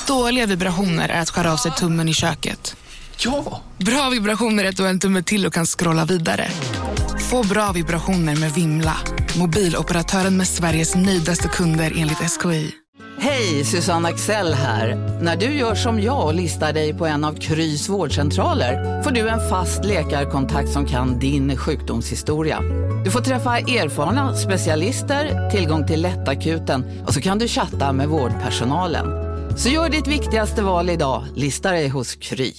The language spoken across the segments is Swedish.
Dåliga vibrationer är att skära av sig tummen i köket. Ja! Bra vibrationer är att du har en tumme till och kan scrolla vidare. Få bra vibrationer med Vimla. Mobiloperatören med Sveriges nöjdaste kunder enligt SKI. Hej, Susanne Axel här. När du gör som jag och listar dig på en av Krys vårdcentraler får du en fast läkarkontakt som kan din sjukdomshistoria. Du får träffa erfarna specialister, tillgång till lättakuten och så kan du chatta med vårdpersonalen. Så gör ditt viktigaste val idag, lista dig hos Kry.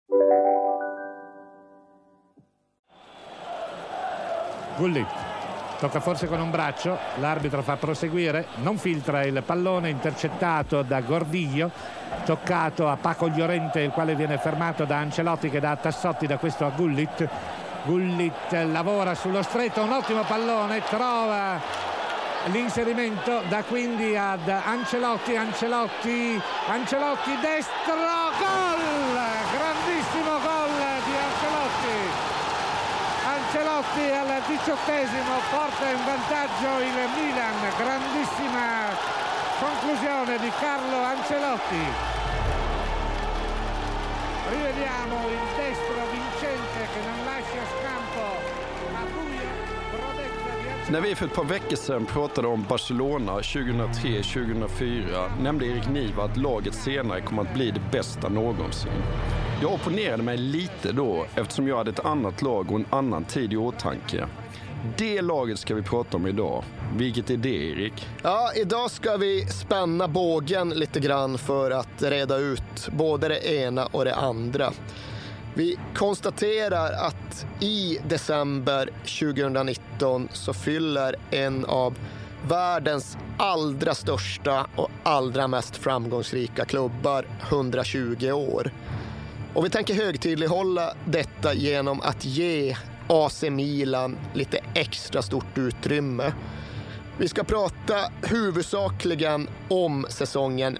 Gullit tocca forse con un braccio, l'arbitro fa proseguire, non filtra il pallone, intercettato da Gordillo, toccato a Paco Llorente, il quale viene fermato da Ancelotti che dà Tassotti, da questo a Gullit. Gullit lavora sullo stretto, un ottimo pallone, trova l'inserimento, da quindi ad Ancelotti, Ancelotti destro, gol! Grandissimo gol di Ancelotti. Ancelotti al 18esimo porta in vantaggio il Milan, grandissima conclusione di Carlo Ancelotti. Rivediamo il destro vincente che non lascia scampo a buia prodezza di Ancelotti. När vi för ett par veckor sedan pratade om Barcelona 2003-2004 nämnde Erik Niva att laget senare kommer att bli det bästa någonsin. Jag opponerade mig lite då eftersom jag hade ett annat lag och en annan tid i åtanke. Det laget ska vi prata om idag. Vilket är det, Erik? Ja, idag ska vi spänna bågen lite grann för att reda ut både det ena och det andra. Vi konstaterar att i december 2019 så fyller en av världens allra största och allra mest framgångsrika klubbar 120 år. Och vi tänker högtidlighålla detta genom att ge AC Milan lite extra stort utrymme. Vi ska prata huvudsakligen om säsongen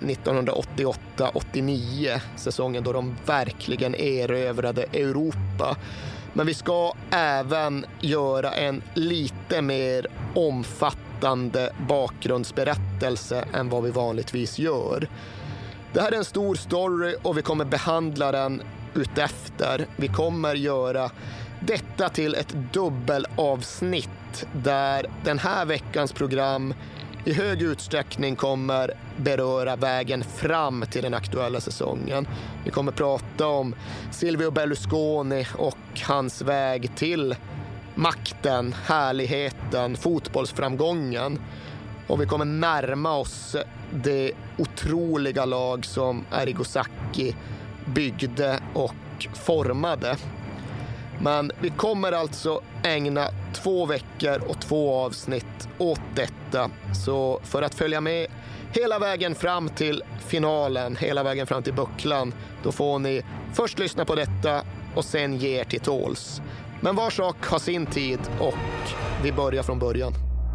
1988-89, säsongen då de verkligen erövrade Europa. Men vi ska även göra en lite mer omfattande bakgrundsberättelse än vad vi vanligtvis gör. Det här är en stor story och vi kommer behandla den utefter. Vi kommer göra detta till ett dubbelavsnitt där den här veckans program i hög utsträckning kommer beröra vägen fram till den aktuella säsongen. Vi kommer prata om Silvio Berlusconi och hans väg till makten, härligheten, fotbollsframgången. Och vi kommer närma oss det otroliga lag som Arrigo Sacchi byggde och formade. Men vi kommer alltså ägna 2 veckor och 2 avsnitt åt detta. Så för att följa med hela vägen fram till finalen, hela vägen fram till bucklan, då får ni först lyssna på detta och sen ge er till tåls. Men var sak har sin tid och vi börjar från början.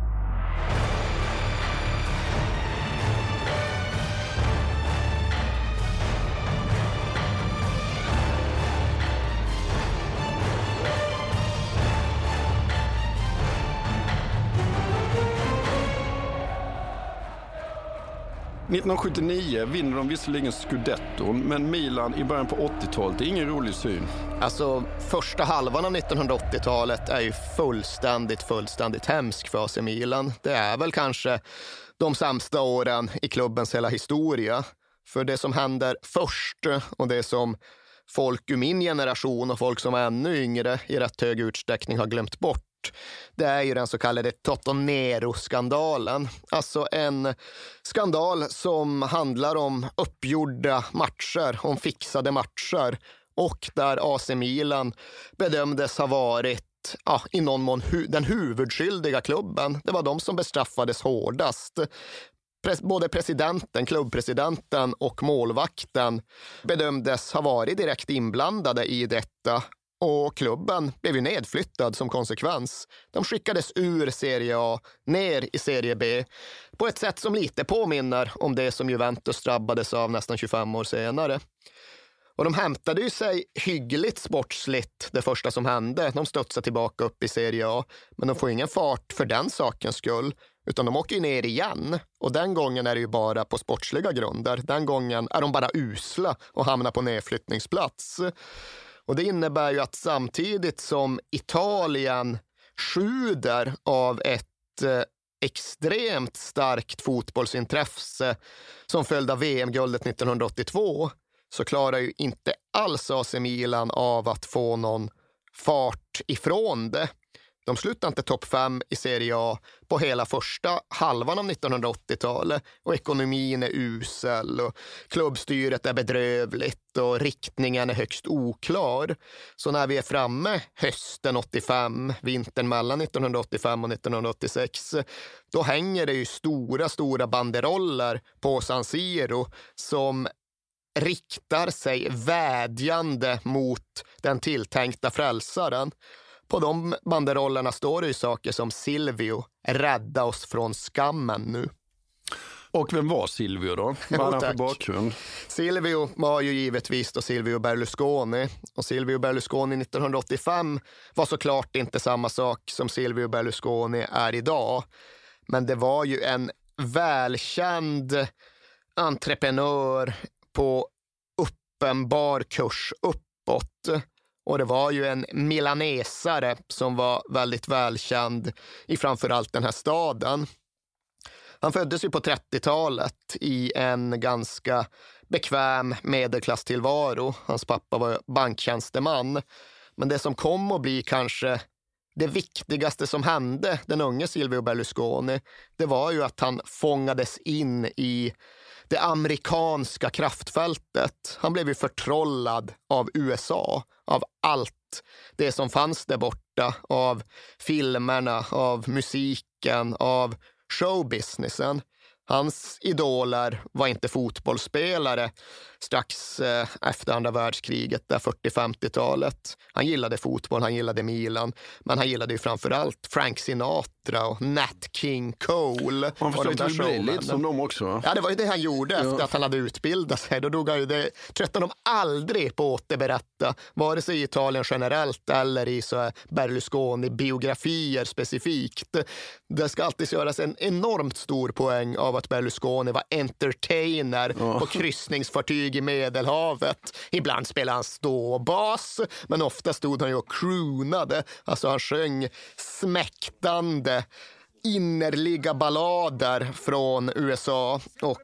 År 1979 vinner de visserligen Scudetton, men Milan i början på 80-talet är ingen rolig syn. Alltså, första halvan av 1980-talet är ju fullständigt hemsk för AC Milan. Det är väl kanske de sämsta åren i klubbens hela historia. För det som händer först och det som folk ur min generation och folk som är ännu yngre i rätt hög utsträckning har glömt bort, det är ju den så kallade Totonero-skandalen. Alltså en skandal som handlar om uppgjorda matcher, om fixade matcher och där AC Milan bedömdes ha varit i någon mån den huvudskyldiga klubben. Det var de som bestraffades hårdast. Både presidenten, klubbpresidenten och målvakten bedömdes ha varit direkt inblandade i detta. Och klubben blev ju nedflyttad som konsekvens. De skickades ur Serie A ner i Serie B på ett sätt som lite påminner om det som Juventus drabbades av nästan 25 år senare. Och de hämtade ju sig hyggligt sportsligt det första som hände. De studsade tillbaka upp i Serie A, men de får ingen fart för den sakens skull. utan de åker ju ner igen. Och den gången är det ju bara på sportsliga grunder. Den gången är de bara usla och hamnar på nedflyttningsplats. Och det innebär ju att samtidigt som Italien sjuder av ett extremt starkt fotbollsintresse som följd av VM-guldet 1982, så klarar ju inte alls AC Milan av att få någon fart ifrån det. De slutar inte topp 5 i Serie A på hela första halvan av 1980-talet och ekonomin är usel och klubbstyret är bedrövligt och riktningen är högst oklar. Så när vi är framme hösten 85, vintern mellan 1985 och 1986, då hänger det ju stora banderoller på San Siro som riktar sig vädjande mot den tilltänkta frälsaren. På de banderollerna står det ju saker som Silvio, rädda oss från skammen nu. Och vem var Silvio då? Vad hade han för bakgrund? Silvio var ju givetvis då Silvio Berlusconi. Och Silvio Berlusconi 1985 var såklart inte samma sak som Silvio Berlusconi är idag. Men det var ju en välkänd entreprenör på uppenbar kurs uppåt. Och det var ju en milanesare som var väldigt välkänd i framförallt den här staden. Han föddes ju på 30-talet i en ganska bekväm medelklasstillvaro. Hans pappa var banktjänsteman. Men det som kom att bli kanske det viktigaste som hände den unge Silvio Berlusconi, det var ju att han fångades in i det amerikanska kraftfältet. Han blev ju förtrollad av USA, av allt det som fanns där borta, av filmerna, av musiken, av showbusinessen. Hans idoler var inte fotbollsspelare strax efter andra världskriget, där 40-50-talet. Han gillade fotboll, han gillade Milan, men han gillade ju framförallt Frank Sinatra och Nat King Cole. Han försökte väl bli lite som dem också? Ja, det var ju det han gjorde efter att han hade utbildat sig. Då dog han ju det. Tröttade de aldrig på att återberätta, vare sig i Italien generellt eller i så Berlusconi-biografier specifikt. Det ska alltid göras en enormt stor poäng av att Berlusconi var entertainer på kryssningsfartyg i Medelhavet. Ibland spelade han ståbas, men ofta stod han ju och croonade. Alltså han sjöng smäktande, innerliga ballader från USA och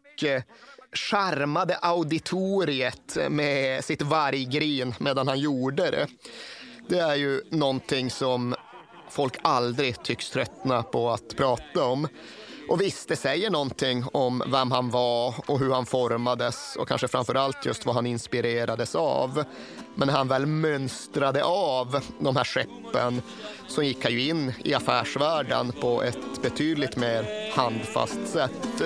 charmade auditoriet med sitt varggrin medan han gjorde det. Det är ju någonting som folk aldrig tycks tröttna på att prata om. Och visst, det säger någonting om vem han var och hur han formades och kanske framförallt just vad han inspirerades av. Men när han väl mönstrade av de här skeppen så gick han ju in i affärsvärlden på ett betydligt mer handfast sätt.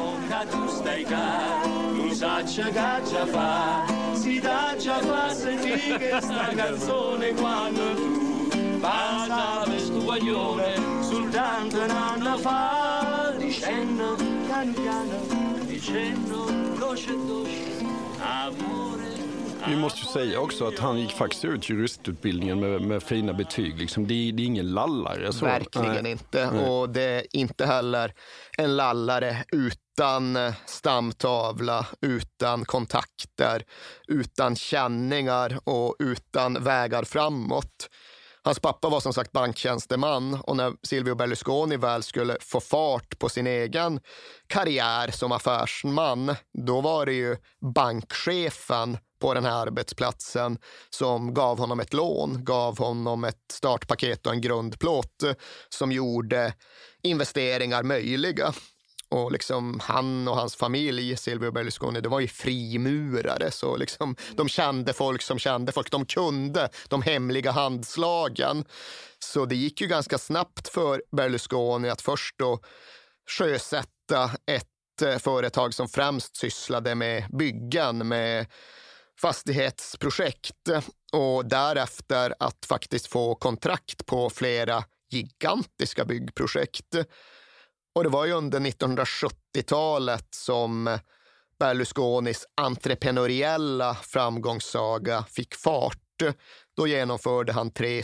Vi måste ju säga också att han gick faktiskt ut juristutbildningen med fina betyg. Liksom. Det är ingen lallare. Så. Verkligen inte. Och det är inte heller en lallare utan stamtavla, utan kontakter, utan känningar och utan vägar framåt. Hans pappa var som sagt banktjänsteman och när Silvio Berlusconi väl skulle få fart på sin egen karriär som affärsman, då var det ju bankchefen på den här arbetsplatsen som gav honom ett lån, gav honom ett startpaket och en grundplåt som gjorde investeringar möjliga. Och liksom han och hans familj, Silvio Berlusconi, det var ju frimurare. Så liksom, de kände folk som kände folk. De kunde de hemliga handslagen. Så det gick ju ganska snabbt för Berlusconi att först då sjösätta ett företag som främst sysslade med byggen, med fastighetsprojekt. Och därefter att faktiskt få kontrakt på flera gigantiska byggprojekt. Och det var ju under 1970-talet som Berlusconis entreprenöriella framgångssaga fick fart. Då genomförde han 3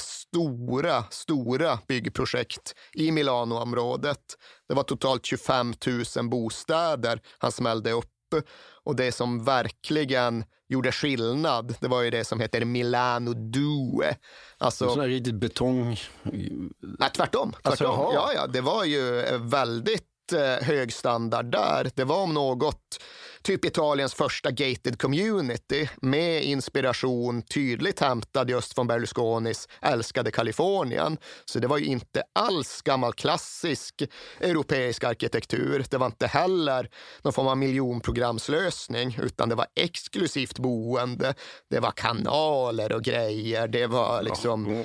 stora byggprojekt i Milanoområdet. Det var totalt 25 000 bostäder han smällde upp. Och det som verkligen gjorde skillnad, det var ju det som heter Milano Due. Alltså, sån här riktigt betong... Nej, tvärtom. Alltså, ja, det var ju väldigt hög standard där. Det var om något typ Italiens första gated community med inspiration tydligt hämtad just från Berlusconis älskade Kalifornien. Så det var ju inte alls gammal klassisk europeisk arkitektur. Det var inte heller någon form av miljonprogramslösning, utan det var exklusivt boende. Det var kanaler och grejer. Det var liksom...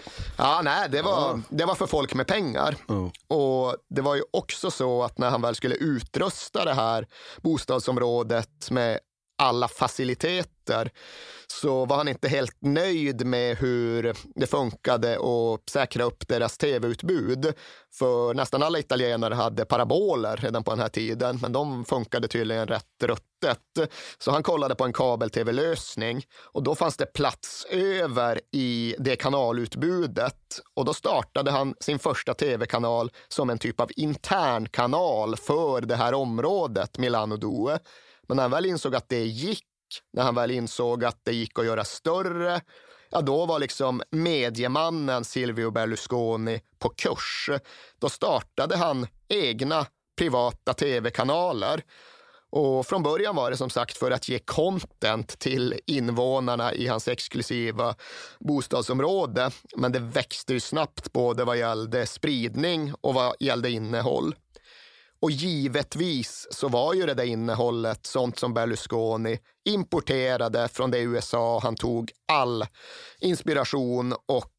det var för folk med pengar. Och det var ju också så att när han väl skulle utrusta det här bostadsområdet med alla faciliteter så var han inte helt nöjd med hur det funkade att säkra upp deras tv-utbud. För nästan alla italienare hade paraboler redan på den här tiden, men de funkade tydligen rätt ruttet. Så han kollade på en kabel-tv-lösning och då fanns det plats över i det kanalutbudet. Och då startade han sin första tv-kanal som en typ av intern kanal för det här området, Milano Due. Men när han väl insåg att det gick, när han väl insåg att det gick att göra större, ja då var liksom mediemannen Silvio Berlusconi på kurs. Då startade han egna privata tv-kanaler. Och från början var det som sagt för att ge content till invånarna i hans exklusiva bostadsområde. Men det växte ju snabbt både vad gällde spridning och vad gällde innehåll. Och givetvis så var ju det där innehållet sånt som Berlusconi importerade från det USA. Han tog all inspiration och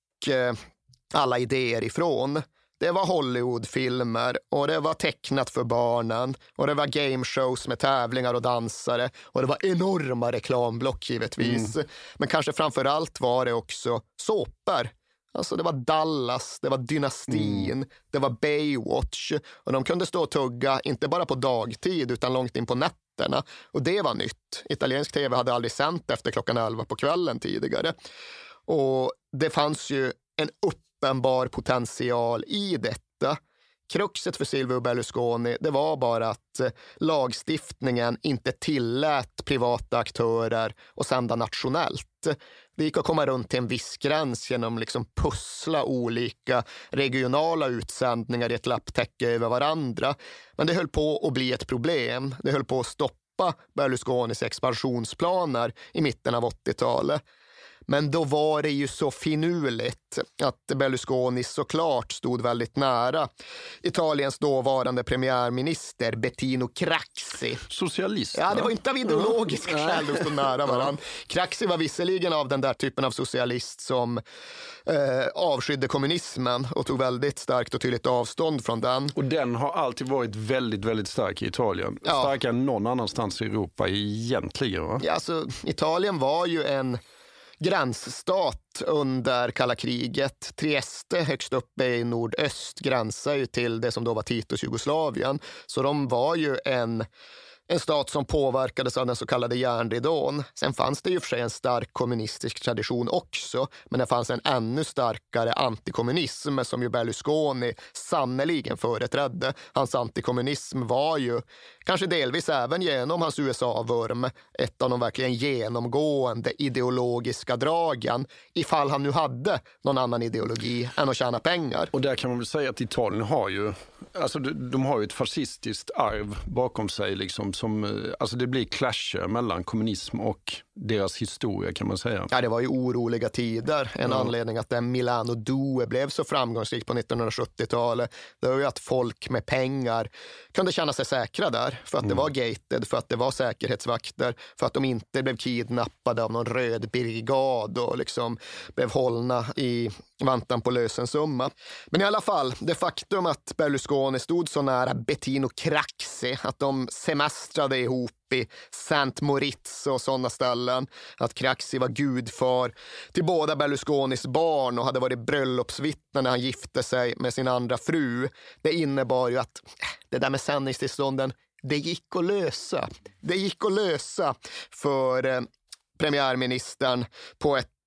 alla idéer ifrån. Det var Hollywoodfilmer och det var tecknat för barnen och det var gameshows med tävlingar och dansare och det var enorma reklamblock givetvis. Men kanske framförallt var det också såpor. Alltså det var Dallas, det var Dynastin, det var Baywatch och de kunde stå och tugga inte bara på dagtid utan långt in på nätterna. Och det var nytt. Italiensk tv hade aldrig sänt efter klockan 11 på kvällen tidigare. Och det fanns ju en uppenbar potential i detta. Kruxet för Silvio Berlusconi, det var bara att lagstiftningen inte tillät privata aktörer att sända nationellt. Det gick att komma runt till en viss gräns genom liksom pussla olika regionala utsändningar i ett lapptäcke över varandra. Men det höll på att bli ett problem. Det höll på att stoppa Berlusconis expansionsplaner i mitten av 80-talet. Men då var det ju så finurligt att Berlusconi såklart stod väldigt nära Italiens dåvarande premiärminister Bettino Craxi. Socialist? Ja, det var inte av ideologiska skäl de stod nära varandra. Craxi var visserligen av den där typen av socialist som avskydde kommunismen och tog väldigt starkt och tydligt avstånd från den. Och den har alltid varit väldigt, väldigt stark i Italien. Ja. Starkare än någon annanstans i Europa egentligen, va? Ja, alltså Italien var ju en gränsstat under kalla kriget. Trieste högst uppe i nordöst gränsar ju till det som då var Titos Jugoslavien. Så de var ju en stat som påverkades av den så kallade järnridån. Sen fanns det ju för sig en stark kommunistisk tradition också, men det fanns en ännu starkare antikommunism som ju Berlusconi sannoliken företrädde. Hans antikommunism var ju, kanske delvis även genom hans USA-vurm, ett av de verkligen genomgående ideologiska dragen, ifall han nu hade någon annan ideologi än att tjäna pengar. Och där kan man väl säga att Italien har ju, alltså de har ju ett fascistiskt arv bakom sig liksom, som, alltså det blir clasher mellan kommunism och deras historia kan man säga. Ja, det var ju oroliga tider. En anledning att den Milano Due blev så framgångsrik på 1970-talet, det var ju att folk med pengar kunde känna sig säkra där. För att det var gated, för att det var säkerhetsvakter, för att de inte blev kidnappade av någon röd brigad och liksom blev hållna i väntan på lösensumma. Men i alla fall, det faktum att Berlusconi stod så nära Bettino Craxi, att de semestrade ihop i Saint Moritz och sådana ställen, att Craxi var gudfar till båda Berlusconis barn och hade varit bröllopsvittne när han gifte sig med sin andra fru, det innebar ju att det där med sändningstillstånden, det gick att lösa. Det gick att lösa för premiärministern på ett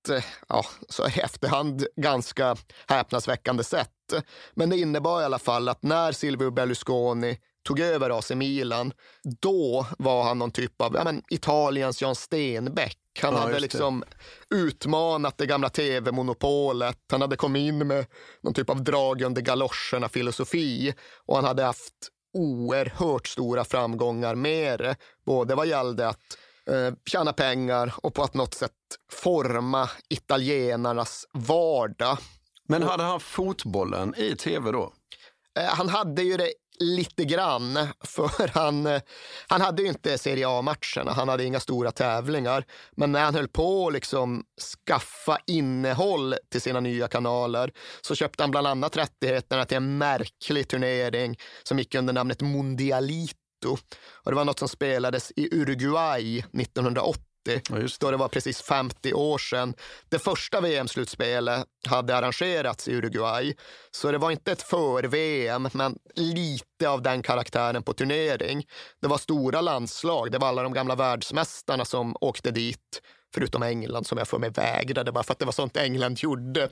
så i efterhand ganska häpnadsväckande sätt. Men det innebar i alla fall att när Silvio Berlusconi tog över AC Milan, då var han någon typ av Italiens Jan Stenbeck. Han hade liksom utmanat det gamla tv-monopolet. Han hade kommit in med någon typ av drag under galoscherna filosofi, och han hade haft oerhört stora framgångar med det. Både vad gällde att tjäna pengar och på att något sätt forma italienarnas vardag. Men hade han fotbollen i tv då? Han hade ju det lite grann, för han hade ju inte Serie A-matcherna, han hade inga stora tävlingar, men när han höll på att liksom skaffa innehåll till sina nya kanaler så köpte han bland annat rättigheterna till en märklig turnering som gick under namnet Mundialito, och det var något som spelades i Uruguay 1980. Då det var precis 50 år sedan. Det första VM-slutspelet hade arrangerats i Uruguay, så det var inte ett för-VM, men lite av den karaktären på turnering. Det var stora landslag, det var alla de gamla världsmästarna som åkte dit, förutom England som jag får mig vägrade bara för att det var sånt England gjorde.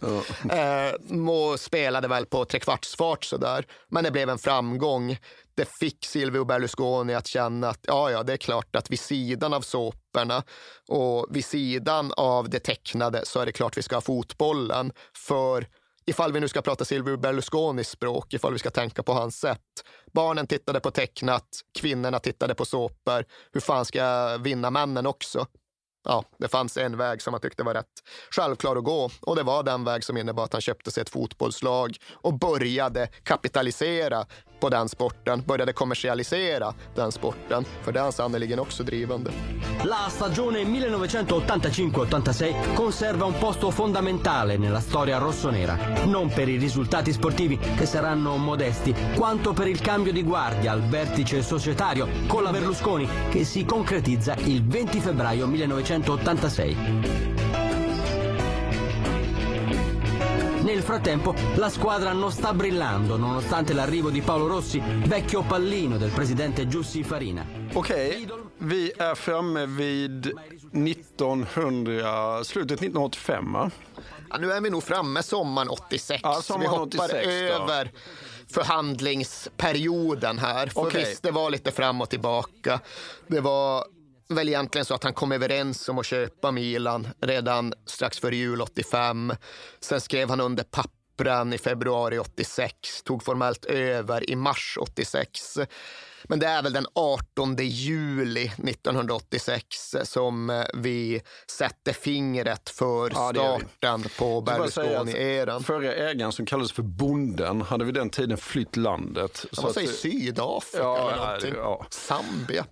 Spelade väl på trekvartsfart sådär, men det blev en framgång. Det fick Silvio Berlusconi att känna att det är klart att vid sidan av såporna och vid sidan av det tecknade så är det klart vi ska ha fotbollen. För ifall vi nu ska prata Silvio Berlusconis språk, ifall vi ska tänka på hans sätt. Barnen tittade på tecknat, kvinnorna tittade på såpor. Hur fan ska jag vinna männen också? Ja, det fanns en väg som han tyckte var rätt självklar att gå, och det var den väg som innebar att han köpte sig ett fotbollslag och började kapitalisera på den sporten, började kommersialisera den sporten, för det är han sannoliken också drivande. La stagione 1985-86 conserva un posto fondamentale nella storia rossonera, non per i risultati sportivi che saranno modesti, quanto per il cambio di guardia al vertice societario con la Berlusconi che si concretizza il 20 febbraio 1986. Nel frattempo la squadra non sta brillando nonostante l'arrivo di Paolo Rossi, vecchio pallino del presidente Giussi Farina. Okej, vi är framme vid slutet 1985, va? Ja, nu är vi nog framme sommaren 86. Ja, sommaren vi hoppar 86 över förhandlingsperioden här. För visst, det var lite fram och tillbaka. Det var väl egentligen så att han kom överens om att köpa Milan redan strax före jul 85. Sen skrev han under pappren i februari 86, tog formellt över i mars 86. Men det är väl den 18 juli 1986 som vi sätter fingret för starten på Berlusconi-eran. Förra ägaren som kallades för Bonden hade vid den tiden flytt landet. Jag måste säga Sydafrika eller någonting. Zambia.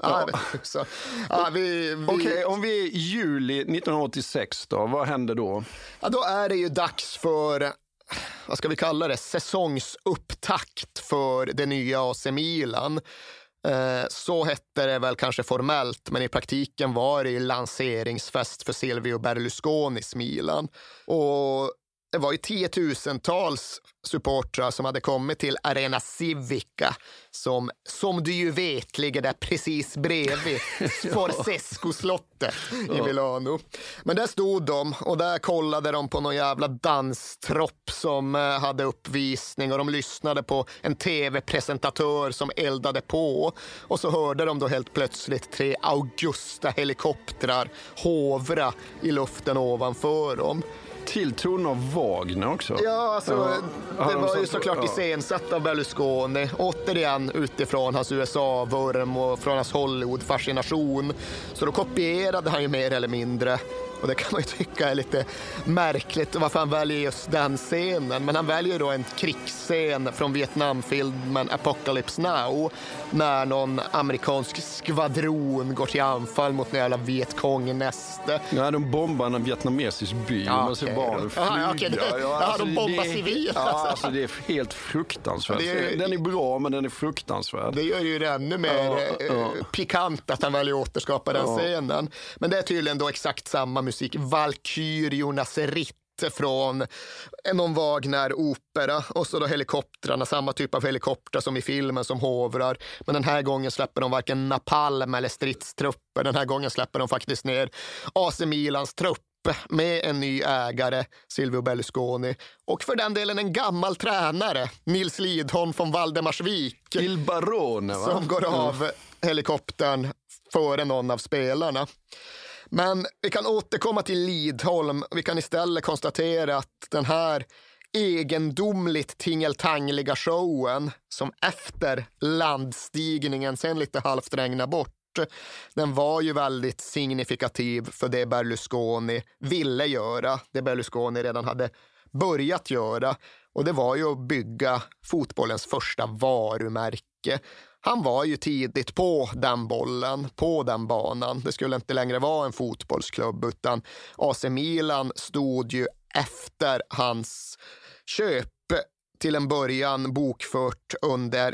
Okej, om vi är i juli 1986 då, vad händer då? Ja, då är det ju dags för, vad ska vi kalla det, säsongsupptakt för det nya AC Milan. Så hette det väl kanske formellt, men i praktiken var det lanseringsfest för Silvio Berlusconis Milan. Och det var ju 10 000-tals supportrar som hade kommit till Arena Civica som du ju vet ligger där precis bredvid Sforzesco-slottet i Milano. Men där stod de och där kollade de på någon jävla danstropp som hade uppvisning, och de lyssnade på en tv-presentatör som eldade på, och så hörde de då helt plötsligt 3 Augusta-helikoptrar hovra i luften ovanför dem. Till ton av Wagner också. Ja, alltså, det var ju såklart iscensatt av Berlusconi. Återigen utifrån hans USA-vurm och från hans Hollywood-fascination. Så då kopierade han ju mer eller mindre. Och det kan man ju tycka är lite märkligt varför han väljer just den scenen. Men han väljer då en krigsscen från Vietnamfilmen Apocalypse Now, när någon amerikansk skvadron går till anfall mot en jävla Vietcong-näste. Ja, de bombar en vietnamesisk by. Man ser barnen flyga. De bombar civilt. Alltså, det är helt fruktansvärt. Den är bra, men den är fruktansvärd. Det gör ju det ännu mer pikant att han väljer att återskapa den scenen. Men det är tydligen då exakt samma musik. Valkyriornas ritt från någon Wagner-opera, och så då helikoptrarna, samma typ av helikoptrar som i filmen som hovrar, men den här gången släpper de varken napalm eller stridstrupper. Den här gången släpper de faktiskt ner AC Milans trupp med en ny ägare, Silvio Berlusconi, och för den delen en gammal tränare, Nils Lidholm från Valdemarsvik. Il Barone, va? Som går av helikoptern före någon av spelarna. Men vi kan återkomma till Lidholm. Vi kan istället konstatera att den här egendomligt tingeltangliga showen som efter landstigningen sen lite halvt regna bort, den var ju väldigt signifikativ för det Berlusconi ville göra, det Berlusconi redan hade börjat göra, och det var ju att bygga fotbollens första varumärke. Han var ju tidigt på den bollen, på den banan. Det skulle inte längre vara en fotbollsklubb, utan AC Milan stod ju efter hans köp till en början bokfört under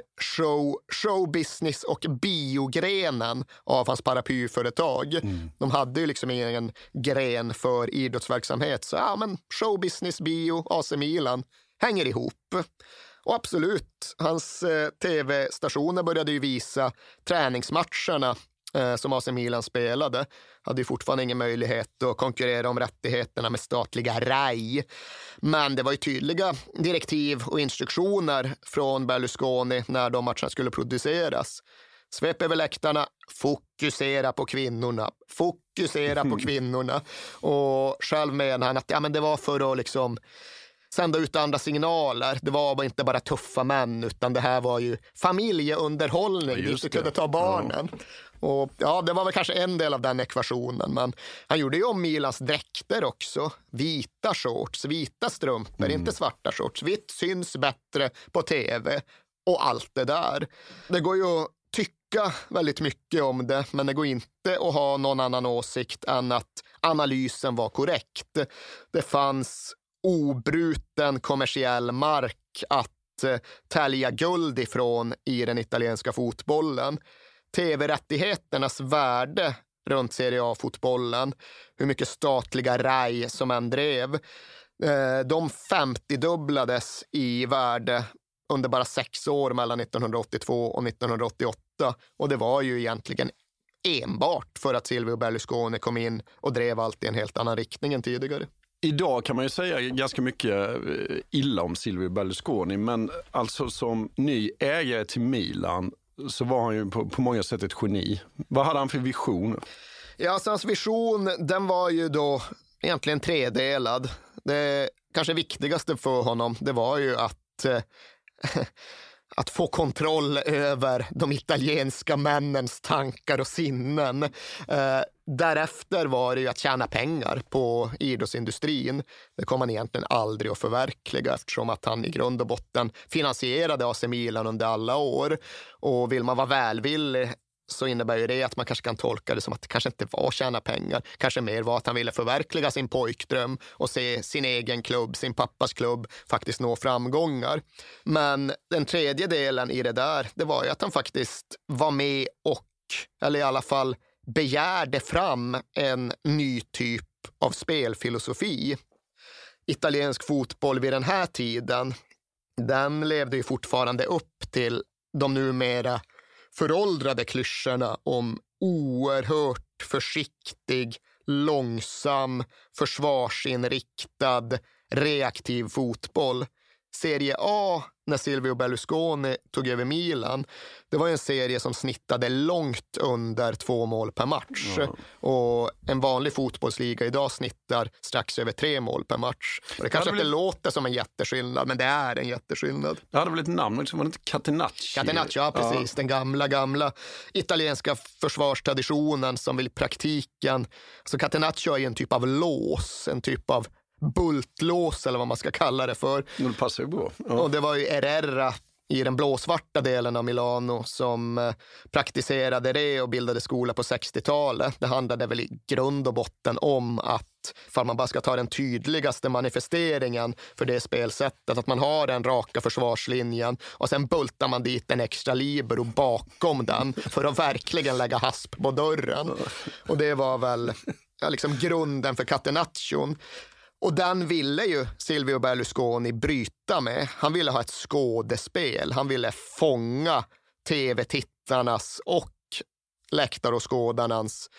showbusiness och biogrenen av hans paraplyföretag. De hade ju liksom ingen gren för idrottsverksamhet, så ja, men showbusiness, bio, AC Milan hänger ihop. Och absolut, hans tv-stationer började ju visa träningsmatcherna som AC Milan spelade. Hade ju fortfarande ingen möjlighet att konkurrera om rättigheterna med statliga RAI. Men det var ju tydliga direktiv och instruktioner från Berlusconi när de matcherna skulle produceras. Svep över läktarna, fokusera på kvinnorna. Fokusera på kvinnorna. Och själv menar han att ja, men det var för att liksom sända ut andra signaler. Det var inte bara tuffa män, utan det här var ju familjeunderhållning. Ja, du kunde ta barnen. Ja. Och ja, det var väl kanske en del av den ekvationen, men han gjorde ju om Milans dräkter också. Vita shorts, vita strumpor, inte svarta shorts. Vitt syns bättre på tv och allt det där. Det går ju att tycka väldigt mycket om det, men det går inte att ha någon annan åsikt än att analysen var korrekt. Det fanns obruten kommersiell mark att tälja guld ifrån i den italienska fotbollen. TV-rättigheternas värde runt Serie A-fotbollen, hur mycket statliga RAI som än drev, de 50-dubblades i värde under bara 6 år mellan 1982 och 1988. Och det var ju egentligen enbart för att Silvio Berlusconi kom in och drev allt i en helt annan riktning än tidigare. Idag kan man ju säga ganska mycket illa om Silvio Berlusconi, men alltså som ny ägare till Milan så var han ju på många sätt ett geni. Vad hade han för vision? Ja, alltså hans vision, den var ju då egentligen tredelad. Det kanske viktigaste för honom, det var ju att få kontroll över de italienska männens tankar och sinnen. Därefter var det ju att tjäna pengar på idrottsindustrin. Det kom han egentligen aldrig att förverkliga, eftersom att han i grund och botten finansierade AC Milan under alla år. Och vill man vara välvillig så innebär ju det att man kanske kan tolka det som att det kanske inte var tjäna pengar. Kanske mer var att han ville förverkliga sin pojkdröm och se sin egen klubb, sin pappas klubb, faktiskt nå framgångar. Men den tredje delen i det där, det var ju att han faktiskt var med och, eller i alla fall begärde fram en ny typ av spelfilosofi. Italiensk fotboll vid den här tiden, den levde ju fortfarande upp till de numera föråldrade klyschorna om oerhört försiktig, långsam, försvarsinriktad, reaktiv fotboll. Serie A, när Silvio Berlusconi tog över Milan, det var en serie som snittade långt under 2 mål per match. Ja. Och en vanlig fotbollsliga idag snittar strax över 3 mål per match. Och det kanske inte låter som en jätteskillnad, men det är en jätteskillnad. Det hade väl ett namn, var det inte Catenacci? Catenacci, ja precis. Ja. Den gamla italienska försvarstraditionen som vill i praktiken. Så Catenacci är en typ av lås, en typ av bultlås eller vad man ska kalla det för. Det passar ju bra. Ja. Och det var ju Herrera i den blåsvarta delen av Milano som praktiserade det och bildade skola på 60-talet. Det handlade väl i grund och botten om att, för man bara ska ta den tydligaste manifesteringen för det spelsättet, att man har den raka försvarslinjen och sen bultar man dit en extra libero bakom den för att verkligen lägga hasp på dörren. Och det var väl liksom grunden för Catenaccion. Och den ville ju Silvio Berlusconi bryta med. Han ville ha ett skådespel. Han ville fånga tv-tittarnas och läktar- och skådarnas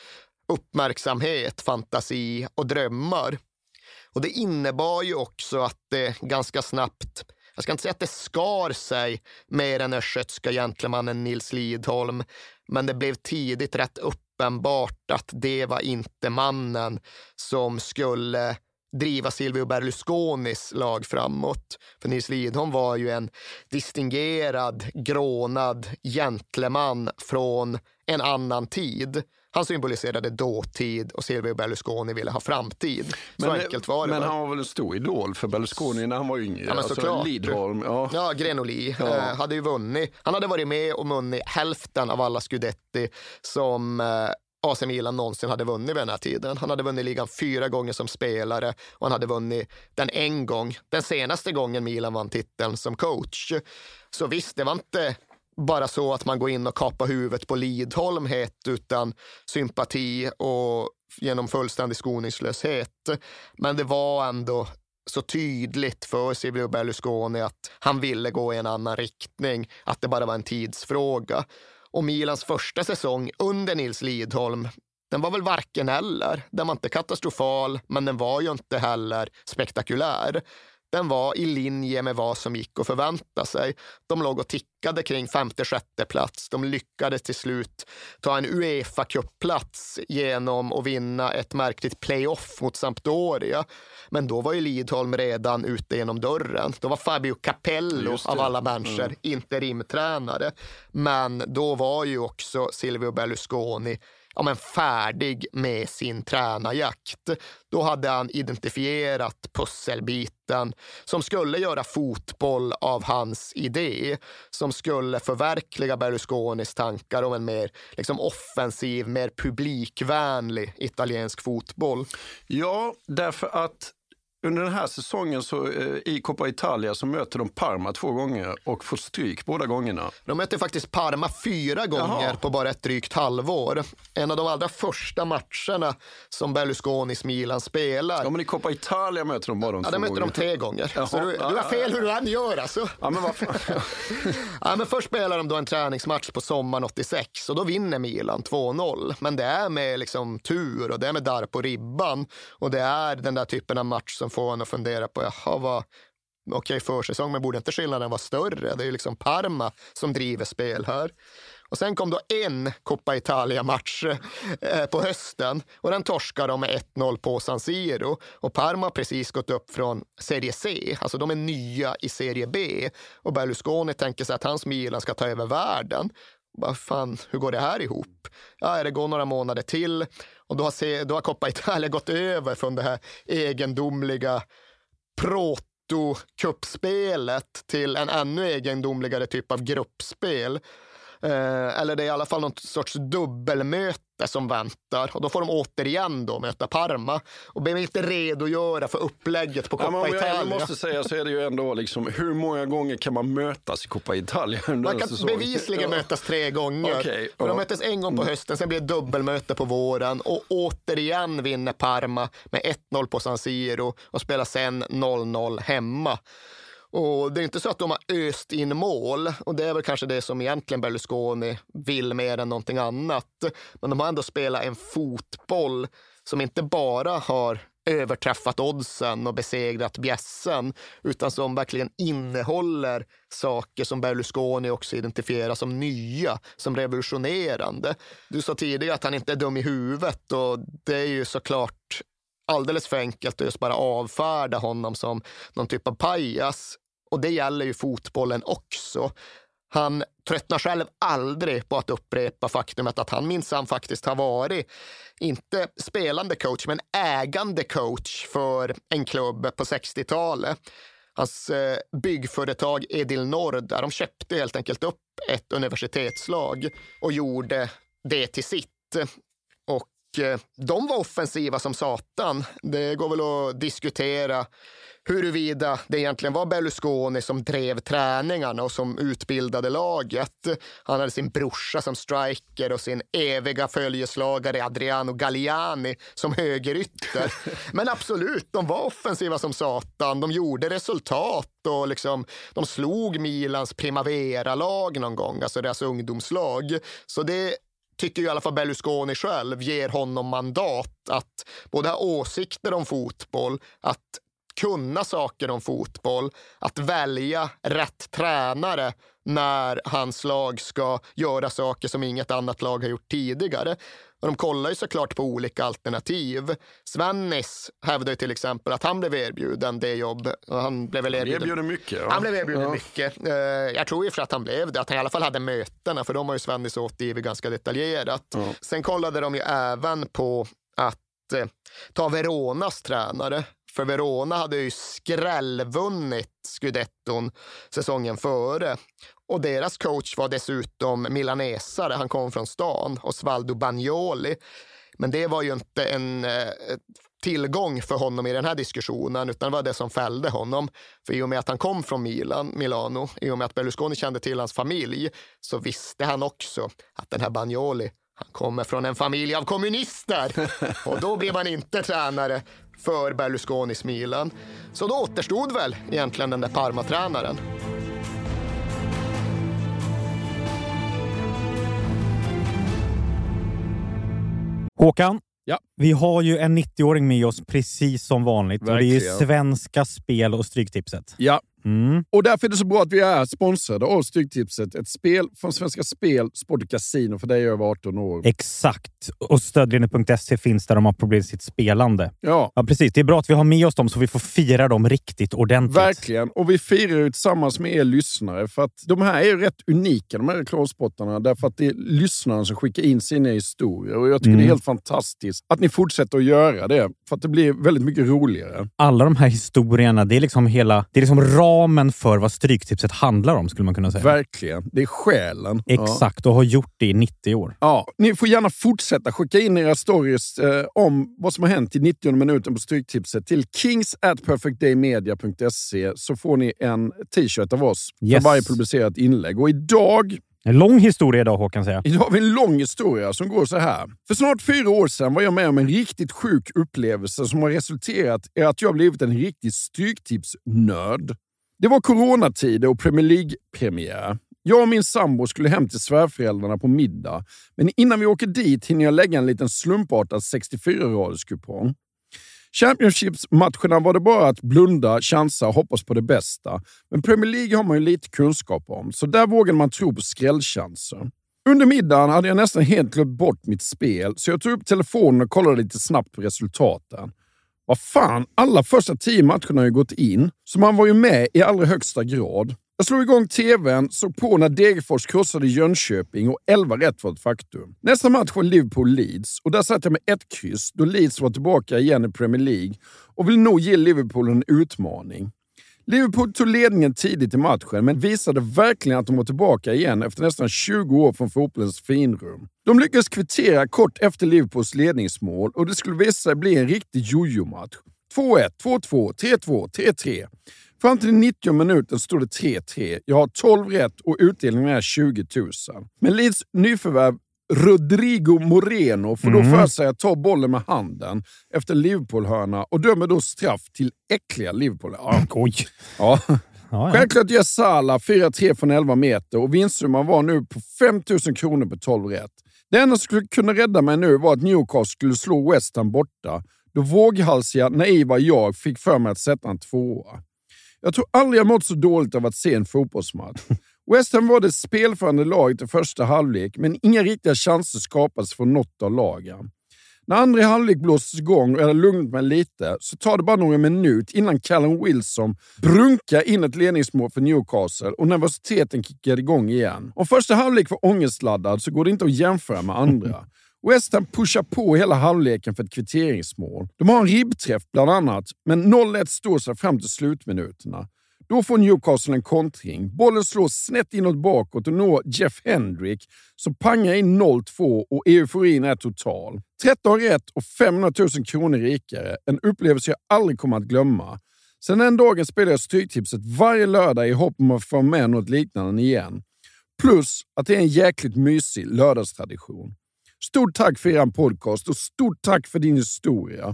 uppmärksamhet, fantasi och drömmar. Och det innebar ju också att det ganska snabbt, jag ska inte säga att det skar sig mer än östgötska gentlemannen Nils Lidholm, men det blev tidigt rätt uppenbart att det var inte mannen som skulle driva Silvio Berlusconis lag framåt. För Nils Lidholm var ju en distingerad, grånad gentleman från en annan tid. Han symboliserade dåtid och Silvio Berlusconi ville ha framtid. Så enkelt var det. Men han var väl en stor idol för Berlusconi när han var yngre. Ja, men såklart. Lidholm, ja, Grenoli hade ju vunnit. Han hade varit med och vunnit hälften av alla Scudetti som AC Milan någonsin hade vunnit vid den här tiden. Han hade vunnit ligan 4 gånger som spelare och han hade vunnit den en gång. Den senaste gången Milan vann titeln som coach. Så visst, det var inte bara så att man går in och kapar huvudet på Lidholm utan sympati och genom fullständig skoningslöshet. Men det var ändå så tydligt för Silvio Berlusconi att han ville gå i en annan riktning, att det bara var en tidsfråga. Och Milans första säsong under Nils Lidholm, den var väl varken eller. Den var inte katastrofal, men den var ju inte heller spektakulär. Den var i linje med vad som gick att förvänta sig. De låg och tickade kring 5:e-6:e plats. De lyckades till slut ta en UEFA-cupplats genom att vinna ett märkligt playoff mot Sampdoria. Men då var ju Lidholm redan ute genom dörren. Då var Fabio Capello av alla människor interimtränare. Men då var ju också Silvio Berlusconi färdig med sin tränarjakt. Då hade han identifierat pusselbiten som skulle göra fotboll av hans idé, som skulle förverkliga Berlusconis tankar om en mer offensiv, mer publikvänlig italiensk fotboll. Ja, därför att under den här säsongen så, i Coppa Italia så möter de Parma 2 gånger och får stryk båda gångerna. De möter faktiskt Parma 4 gånger på bara ett drygt halvår. En av de allra första matcherna som Berlusconis Milan spelar. Ja, men i Coppa Italia möter de bara de 2 gånger. Ja, de möter de 3 gånger. Så du har fel hur du än gör alltså. Ja, men vad fan. Ja, men först spelar de då en träningsmatch på sommaren 86 och då vinner Milan 2-0. Men det är med tur och det är med darr på ribban. Och det är den där typen av match som får en att fundera på, försäsong, men borde inte skillnaden vara större? Det är ju Parma som driver spel här. Och sen kom då en Coppa Italia-match på hösten och den torskar de med 1-0 på San Siro. Och Parma har precis gått upp från Serie C, alltså de är nya i Serie B. Och Berlusconi tänker sig att hans Milan ska ta över världen. Hur går det här ihop? Ja, det går några månader till och då har Coppa Italia gått över från det här egendomliga proto-kuppspelet till en ännu egendomligare typ av gruppspel. Eller det är i alla fall någon sorts dubbelmöte som väntar. Och då får de återigen då möta Parma. Och behöver inte redogöra för upplägget på Coppa Italia. Jag måste säga så är det ju ändå hur många gånger kan man mötas i Coppa Italia under man kan bevisligen mötas 3 gånger. Okay, de möttes en gång på hösten, sen blir det dubbelmöte på våren. Och återigen vinner Parma med 1-0 på San Siro och spelar sen 0-0 hemma. Och det är inte så att de har öst in mål, och det är väl kanske det som egentligen Berlusconi vill mer än någonting annat. Men de har ändå spelat en fotboll som inte bara har överträffat oddsen och besegrat bjässen, utan som verkligen innehåller saker som Berlusconi också identifierar som nya, som revolutionerande. Du sa tidigare att han inte är dum i huvudet, och det är ju såklart alldeles för enkelt att just bara avfärda honom som någon typ av pajas. Och det gäller ju fotbollen också. Han tröttnar själv aldrig på att upprepa faktumet att han minsann faktiskt har varit inte spelande coach men ägande coach för en klubb på 60-talet. Hans byggföretag Edil Nord, där de köpte helt enkelt upp ett universitetslag och gjorde det till sitt. Och de var offensiva som satan. Det går väl att diskutera huruvida det egentligen var Berlusconi som drev träningarna och som utbildade laget. Han hade sin brorsa som striker och sin eviga följeslagare Adriano Galliani som högerytter. Men absolut, de var offensiva som satan. De gjorde resultat och de slog Milans Primavera-lag någon gång, alltså deras ungdomslag. Så det tycker i alla fall Berlusconi själv, ger honom mandat att både ha åsikter om fotboll, att kunna saker om fotboll, att välja rätt tränare när hans lag ska göra saker som inget annat lag har gjort tidigare. Och de kollar ju såklart på olika alternativ. Svennis hävdar ju till exempel att han blev erbjuden det jobb. Han blev väl erbjuden mycket. Ja. Han blev erbjuden mycket. Jag tror ju för att han blev det. Att han i alla fall hade mötena. För de har ju Svennis återgivit ganska detaljerat. Ja. Sen kollade de ju även på att ta Veronas tränare. För Verona hade ju skrällvunnit Scudetton säsongen före. Och deras coach var dessutom milanesare. Han kom från stan, Osvaldo Bagnoli. Men det var ju inte en tillgång för honom i den här diskussionen, utan det var det som fällde honom. För i och med att han kom från Milano, i och med att Berlusconi kände till hans familj, så visste han också att den här Bagnoli, han kommer från en familj av kommunister. Och då blev han inte tränare för Berlusconis Milan. Så då återstod väl egentligen den där Parma-tränaren. Håkan, ja. Vi har ju en 90-åring med oss precis som vanligt. Verkligen. Och det är ju Svenska Spel- och Stryktipset. Ja, och därför är det så bra att vi är sponsrade av Stryktipset. Ett spel från Svenska Spel, Sport och Casino för dig över 18 år. Exakt. Och stödlinjen.se finns där de har problem med sitt spelande. Ja, precis. Det är bra att vi har med oss dem så vi får fira dem riktigt ordentligt. Verkligen. Och vi firar ju tillsammans med er lyssnare. För att de här är ju rätt unika, de här reklamspottarna. Därför att det är lyssnarna som skickar in sina historier. Och jag tycker det är helt fantastiskt att ni fortsätter att göra det. För att det blir väldigt mycket roligare. Alla de här historierna, det är liksom ramen för vad Stryktipset handlar om, skulle man kunna säga. Verkligen. Det är själen. Exakt, och har gjort det i 90 år. Ja, ni får gärna fortsätta skicka in era stories om vad som har hänt i 90 minuten på Stryktipset till kings@perfectdaymedia.se, så får ni en t-shirt av oss för varje publicerat inlägg. Och idag... En lång historia idag, Håkan säger. Idag har vi en lång historia som går så här. För snart 4 år sedan var jag med om en riktigt sjuk upplevelse som har resulterat i att jag blivit en riktig stryktipsnörd. Det var coronatider och Premier League-premiär. Jag och min sambo skulle hem till svärföräldrarna på middag. Men innan vi åker dit hinner jag lägga en liten slumpartad 64-raderskupong. Championships-matcherna var det bara att blunda, chansa och hoppas på det bästa. Men Premier League har man ju lite kunskap om, så där vågar man tro på skrällchanser. Under middagen hade jag nästan helt glömt bort mitt spel, så jag tog upp telefonen och kollade lite snabbt på resultaten. Vad fan, alla första 10 matcherna har ju gått in, så man var ju med i allra högsta grad. Jag slog igång tvn, såg på när Degerfors krossade Jönköping och 11 rätt var ett faktum. Nästa match var Liverpool-Leeds och där satt jag med 1 kryss då Leeds var tillbaka igen i Premier League och vill nog ge Liverpool en utmaning. Liverpool tog ledningen tidigt i matchen men visade verkligen att de var tillbaka igen efter nästan 20 år från fotbollens finrum. De lyckades kvittera kort efter Liverpools ledningsmål och det skulle visa sig bli en riktig jojo-match. 2-1, 2-2, 3-2, 3-3. Fram till 90 minuten stod det 3-3. Jag har 12 rätt och utdelningen är 20 000. Men Leeds nyförvärv Rodrigo Moreno får då för sig att ta bollen med handen efter Liverpool-hörna och dömer då straff till äckliga Liverpool. Ja. Självklart gör Salah 4-3 från 11 meter och vinstsumman var nu på 5 000 kronor på 12 rätt. Det enda som skulle kunna rädda mig nu var att Newcastle skulle slå West Ham borta. Då våghalsiga, naiva jag fick för mig att sätta en 2. Jag tror aldrig jag mått så dåligt av att se en fotbollsmatch. West Ham var det spelförande laget i första halvlek, men inga riktiga chanser skapades från något av lagen. När andra halvlek blåstes igång och jag hade lugnat mig lite så tar det bara några minuter innan Callum Wilson brunkar in ett ledningsmål för Newcastle och nervositeten kickade igång igen. Om första halvlek var ångestladdad så går det inte att jämföra med andra. West Ham pushar på hela halvleken för ett kvitteringsmål. De har en ribbträff bland annat, men 0-1 står sig fram till slutminuterna. Då får Newcastle en kontring. Bollen slås snett inåt bakåt och når Jeff Hendrick som pangar in 0-2 och euforin är total. 13 rätt och 500 000 kronor rikare. En upplevelse jag aldrig kommer att glömma. Sen den dagen spelar jag Stryktipset varje lördag i hopp om att få med något liknande igen. Plus att det är en jäkligt mysig lördagstradition. Stort tack för er podcast och stort tack för din historia.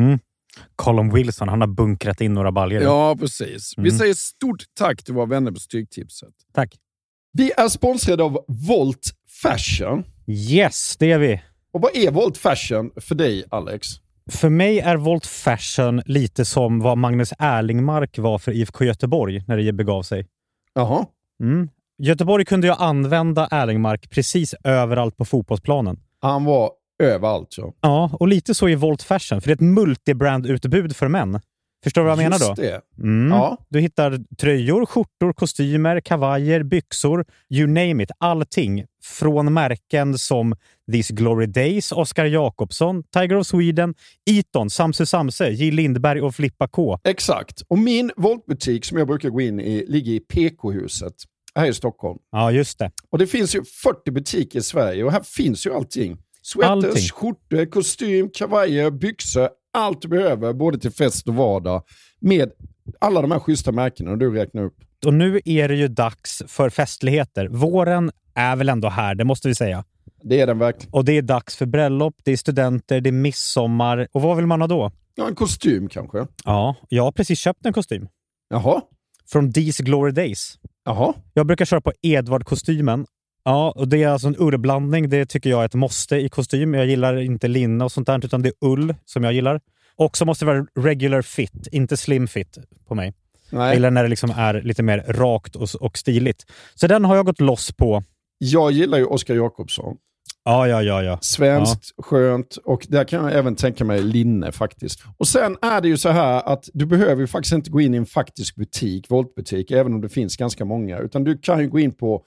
Callum Wilson, han har bunkrat in några baljor. Ja, precis. Vi säger stort tack till våra vänner på Stryktipset. Tack. Vi är sponsrade av Volt Fashion. Yes, det är vi. Och vad är Volt Fashion för dig, Alex? För mig är Volt Fashion lite som vad Magnus Erlingmark var för IFK Göteborg när det begav sig. Jaha. Göteborg kunde ju använda Erlingmark precis överallt på fotbollsplanen. Han var överallt, ja. Ja, och lite så i Volt Fashion. För det är ett multibrand-utbud för män. Förstår du vad jag menar då? Just det. Ja. Du hittar tröjor, skjortor, kostymer, kavajer, byxor, you name it. Allting. Från märken som These Glory Days, Oscar Jakobsson, Tiger of Sweden, Eton, Samse Samse, J. Lindberg och Flippa K. Exakt. Och min Voltbutik som jag brukar gå in i ligger i PK-huset här i Stockholm. Ja, just det. Och det finns ju 40 butiker i Sverige och här finns ju allting. Sweaters, skjortor, kostym, kavajer, byxor, allt du behöver både till fest och vardag med alla de här schyssta märkena du räknar upp. Och nu är det ju dags för festligheter. Våren är väl ändå här, det måste vi säga. Det är den verkligen. Och det är dags för bröllop, det är studenter, det är midsommar. Och vad vill man ha då? Ja, en kostym kanske. Ja, jag har precis köpt en kostym. Jaha. Från These Glory Days. Jaha. Jag brukar köra på Edvard-kostymen. Ja, och det är alltså en ullblandning. Det tycker jag är ett måste i kostym. Jag gillar inte linne och sånt där, utan det är ull som jag gillar. Och så måste det vara regular fit, inte slim fit på mig. Nej. Jag gillar när det liksom är lite mer rakt och stiligt. Så den har jag gått loss på. Jag gillar ju Oscar Jakobsson. Ja. Svenskt, skönt, och där kan jag även tänka mig linne faktiskt. Och sen är det ju så här att du behöver ju faktiskt inte gå in i en faktisk butik, Voltbutik, även om det finns ganska många. Utan du kan ju gå in på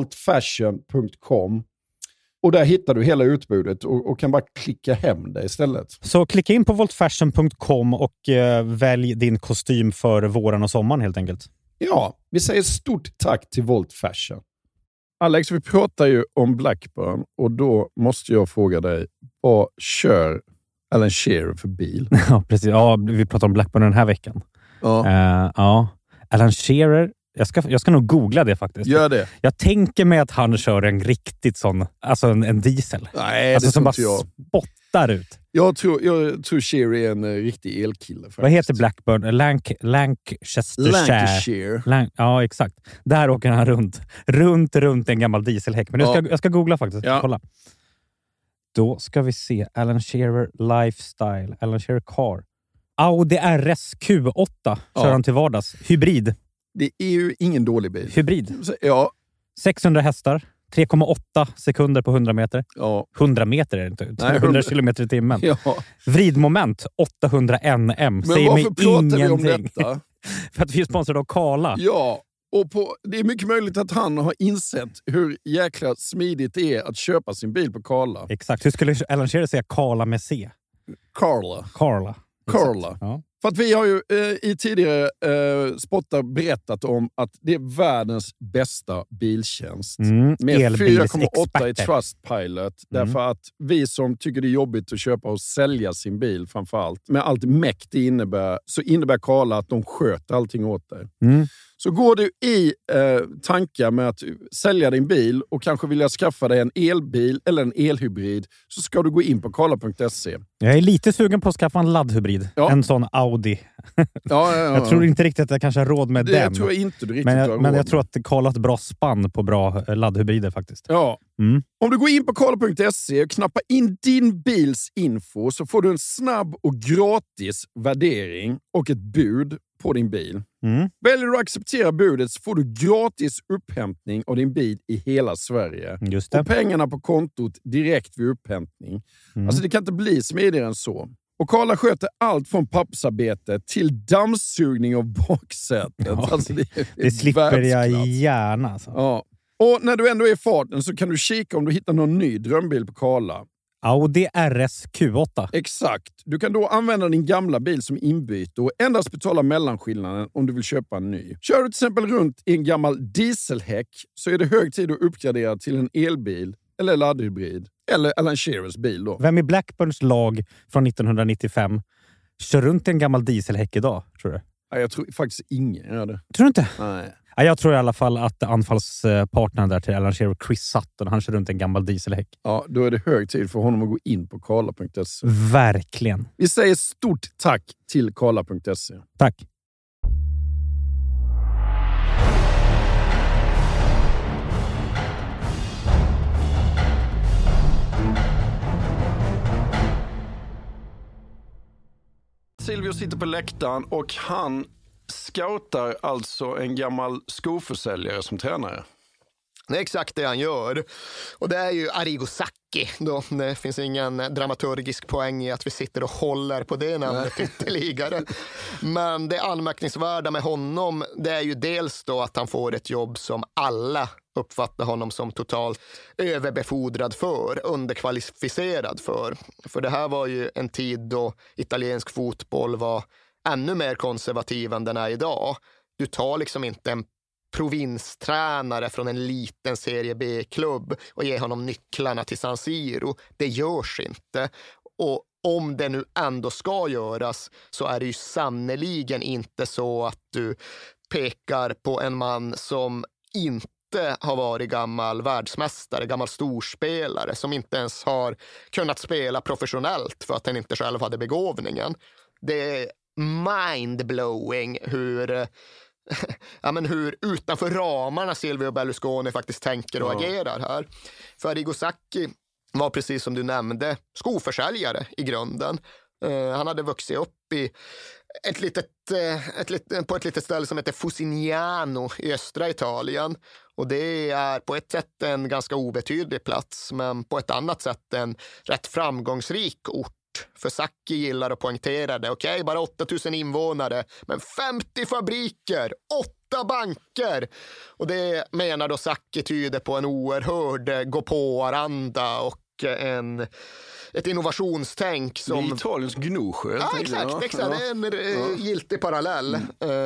voltfashion.com och där hittar du hela utbudet och kan bara klicka hem det istället. Så klicka in på voltfashion.com och välj din kostym för våren och sommaren helt enkelt. Ja, vi säger stort tack till Volt Fashion. Alex, vi pratar ju om Blackburn och då måste jag fråga dig, vad kör Alan Shearer för bil? Ja, precis. Ja, vi pratar om Blackburn den här veckan. Ja. Alan Shearer, jag ska nog googla det faktiskt. Gör det. Jag tänker mig att han kör en riktigt sån, alltså en diesel. Nej, alltså det som bara jag. Spottar ut. Jag tror Shearer är en riktig elkille faktiskt. Vad heter Blackburn? Lancashire. Ja, exakt. Där åker han runt en gammal dieselhäck. Men jag ska googla faktiskt. Ja. Kolla. Då ska vi se. Alan Shearer Lifestyle. Alan Shearer Car. Audi RS Q8 kör han till vardags. Hybrid. Det är ju ingen dålig bil. Hybrid. Ja. 600 hästar. 3,8 sekunder på 100 meter. Ja. 100 meter är det inte. 100 kilometer i timmen. Ja. Vridmoment 800 Nm. Men varför pratar vi om detta? För att vi är sponsrade av Kala. Ja, och det är mycket möjligt att han har insett hur jäkla smidigt det är att köpa sin bil på Kala. Exakt. Hur skulle Alan Shearer säga Kala med C? Carla. Ja. För att vi har ju i tidigare spottar berättat om att det är världens bästa biltjänst. Med 4,8 i Trustpilot. Därför att vi som tycker det är jobbigt att köpa och sälja sin bil framförallt, med allt mäkt det innebär, så innebär Kala att de sköter allting åt dig. Så går du i tankar med att sälja din bil och kanske vilja skaffa dig en elbil eller en elhybrid, så ska du gå in på kala.se. Jag är lite sugen på att skaffa en laddhybrid. Ja. En sån Audi. Ja. Jag tror inte riktigt att jag kanske har råd med den. Jag tror inte du riktigt har råd. Men jag tror att Kala har ett bra spann på bra laddhybrider faktiskt. Ja. Om du går in på kala.se och knappar in din bils info, så får du en snabb och gratis värdering och ett bud på din bil. Väljer du att acceptera budet så får du gratis upphämtning av din bil i hela Sverige. Just det. Och pengarna på kontot direkt vid upphämtning. Alltså det kan inte bli smidigare än så. Och Kala sköter allt från pappersarbete till dammsugning av baksätet. Ja, alltså det slipper jag gärna. Alltså. Ja. Och när du ändå är i farten så kan du kika om du hittar någon ny drömbil på Kala. Audi RS Q8. Exakt. Du kan då använda din gamla bil som inbyte och endast betala mellanskillnaden om du vill köpa en ny. Kör du till exempel runt i en gammal dieselhäck så är det hög tid att uppgradera till en elbil eller laddhybrid. Eller Alan Shearers bil då. Vem i Blackburns lag från 1995 kör runt i en gammal dieselhäck idag, tror du? Ja, jag tror faktiskt ingen gör det. Tror du inte? Nej. Ja, jag tror i alla fall att anfallspartnern där till Alan Shearer, Chris Sutton, han kör runt en gammal dieselhäck. Ja, då är det hög tid för honom att gå in på kala.se. Verkligen. Vi säger stort tack till kala.se. Tack. Silvio sitter på läktaren och han scoutar alltså en gammal skoförsäljare som tränare. Det är exakt det han gör. Och det är ju Arrigo Sacchi. Det finns ingen dramaturgisk poäng i att vi sitter och håller på det namnet ytterligare. Men det anmärkningsvärda med honom, det är ju dels då att han får ett jobb som alla uppfattar honom som totalt överbefordrad för, underkvalificerad för. För det här var ju en tid då italiensk fotboll var ännu mer konservativ än den är idag. Du tar liksom inte en provinstränare från en liten serie B-klubb och ger honom nycklarna till San Siro. Det görs inte. Och om det nu ändå ska göras så är det ju sannoliken inte så att du pekar på en man som inte har varit gammal världsmästare, gammal storspelare, som inte ens har kunnat spela professionellt för att han inte själv hade begåvningen. Det är mindblowing hur utanför ramarna Silvio Berlusconi faktiskt tänker och agerar här. För Arrigo Sacchi var, precis som du nämnde, skoförsäljare i grunden. Han hade vuxit upp i på ett litet ställe som heter Fusignano i östra Italien. Och det är på ett sätt en ganska obetydlig plats, men på ett annat sätt en rätt framgångsrik ort. För Sacchi gillar att poängtera det. Okej, bara 8000 invånare, men 50 fabriker, 8 banker. Och det menar då Sacchi tyder på en oerhörd gå-på-aranda och ett innovationstänk som... Det är Italiens Gnosjö. Ja, exakt. Det är en giltig parallell.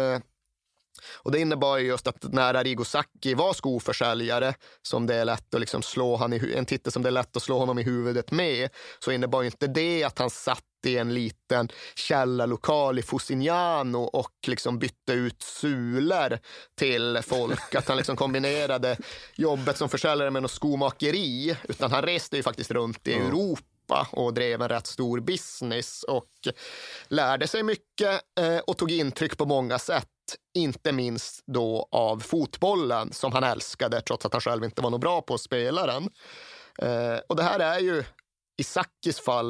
Och det innebar just att när Arrigo Sacchi var skoförsäljare, som det är lätt att liksom en titel som det är lätt att slå honom i huvudet med, så innebar ju inte det att han satt i en liten källarlokal i Fusignano och liksom bytte ut sulor till folk. Att han liksom kombinerade jobbet som försäljare med något skomakeri, utan han reste ju faktiskt runt i Europa och drev en rätt stor business och lärde sig mycket och tog intryck på många sätt. Inte minst då av fotbollen som han älskade, trots att han själv inte var något bra på att spela den. Och det här är ju i Sacchis fall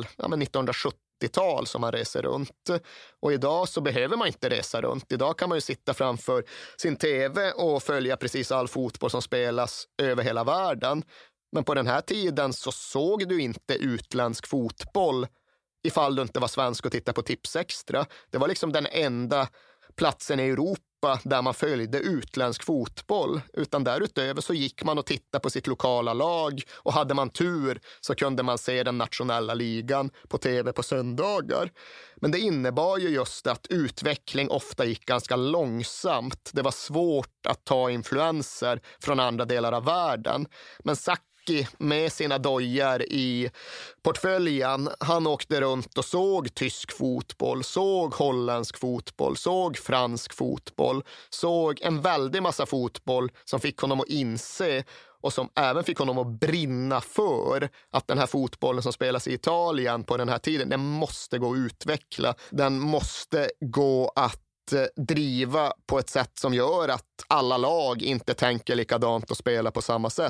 1970-tal som man reser runt. Och idag så behöver man inte resa runt. Idag kan man ju sitta framför sin tv och följa precis all fotboll som spelas över hela världen. Men på den här tiden så såg du inte utländsk fotboll ifall du inte var svensk och tittade på Tipsextra. Det var liksom den enda platsen i Europa där man följde utländsk fotboll, utan därutöver så gick man och tittade på sitt lokala lag, och hade man tur så kunde man se den nationella ligan på tv på söndagar. Men det innebar ju just att utveckling ofta gick ganska långsamt. Det var svårt att ta influenser från andra delar av världen. Men med sina dojar i portföljen, han åkte runt och såg tysk fotboll, såg holländsk fotboll, såg fransk fotboll, såg en väldig massa fotboll som fick honom att inse, och som även fick honom att brinna för, att den här fotbollen som spelas i Italien på den här tiden, den måste gå att utveckla. Den måste gå att driva på ett sätt som gör att alla lag inte tänker likadant och spelar på samma sätt.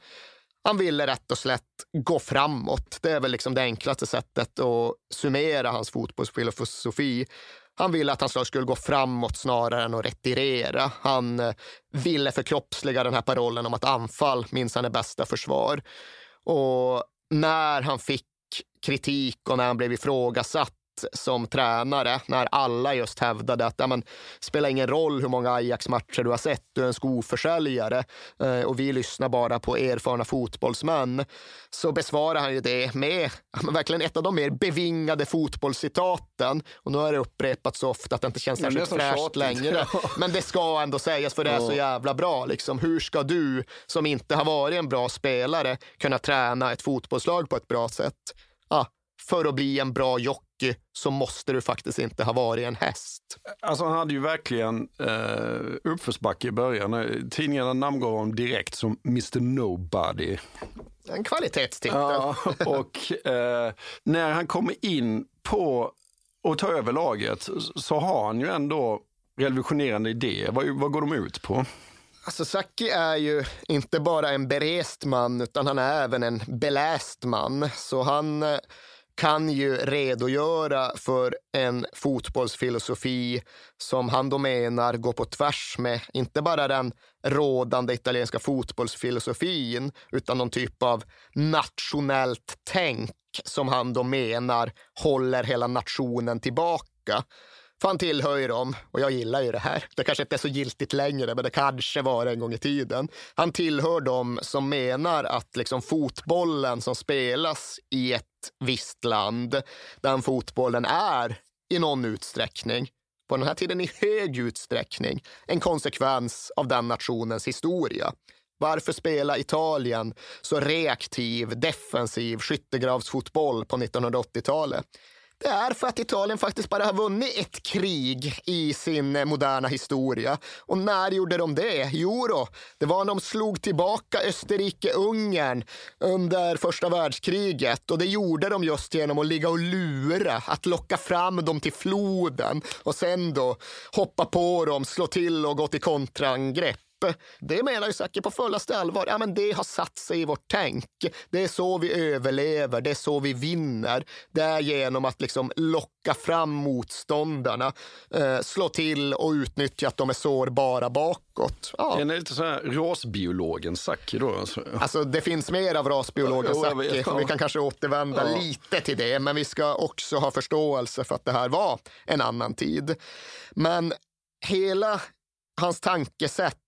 Han ville rätt och slätt gå framåt. Det är väl liksom det enklaste sättet att summera hans fotbollsfilosofi. Han ville att hans lag skulle gå framåt snarare än att retirera. Han ville förkroppsliga den här parollen om att anfall minsann är bästa försvar. Och när han fick kritik och när han blev ifrågasatt som tränare, när alla just hävdade att spelar ingen roll hur många Ajax-matcher du har sett, du är en skoförsäljare och vi lyssnar bara på erfarna fotbollsmän, så besvarar han ju det med verkligen ett av de mer bevingade fotbollscitaten, och nu har det upprepats så ofta att det inte känns särskilt fräscht längre, men det ska ändå sägas för det är så jävla bra liksom. Hur ska du som inte har varit en bra spelare kunna träna ett fotbollslag på ett bra sätt? För att bli en bra jockey så måste du faktiskt inte ha varit en häst. Alltså han hade ju verkligen uppförsbacke i början. Tidningarna namngav honom direkt som Mr. Nobody. En kvalitetstitel. Ja, och när han kommer in på och tar över laget så har han ju ändå revolutionerande idéer. Vad går de ut på? Alltså Sacchi är ju inte bara en berest man, utan han är även en beläst man. Så han kan ju redogöra för en fotbollsfilosofi som han då menar går på tvärs med inte bara den rådande italienska fotbollsfilosofin utan någon typ av nationellt tänk som han då menar håller hela nationen tillbaka. För han tillhör ju dem, och jag gillar ju det här. Det kanske inte är så giltigt längre, men det kanske var en gång i tiden. Han tillhör dem som menar att liksom fotbollen som spelas i ett visst land, den fotbollen är i någon utsträckning, på den här tiden i hög utsträckning, en konsekvens av den nationens historia. Varför spela Italien så reaktiv, defensiv skyttegravsfotboll på 1980-talet? Det är för att Italien faktiskt bara har vunnit ett krig i sin moderna historia. Och när gjorde de det? Jo då, det var när de slog tillbaka Österrike-Ungern under första världskriget. Och det gjorde de just genom att ligga och lura, att locka fram dem till floden och sen då hoppa på dem, slå till och gå till kontraangrepp. Det menar ju Sacchi på fullaste allvar. Ja, men det har satt sig i vårt tänk. Det är så vi överlever, det är så vi vinner. Det är genom att liksom locka fram motståndarna, slå till och utnyttja att de är sårbara bakåt. Ja. Är det lite så här rasbiologen Sacchi då? Alltså det finns mer av rasbiologen Sacchi. Vi kan kanske återvända lite till det, men vi ska också ha förståelse för att det här var en annan tid. Men hela hans tankesätt,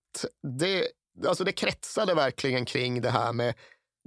det kretsade verkligen kring det här med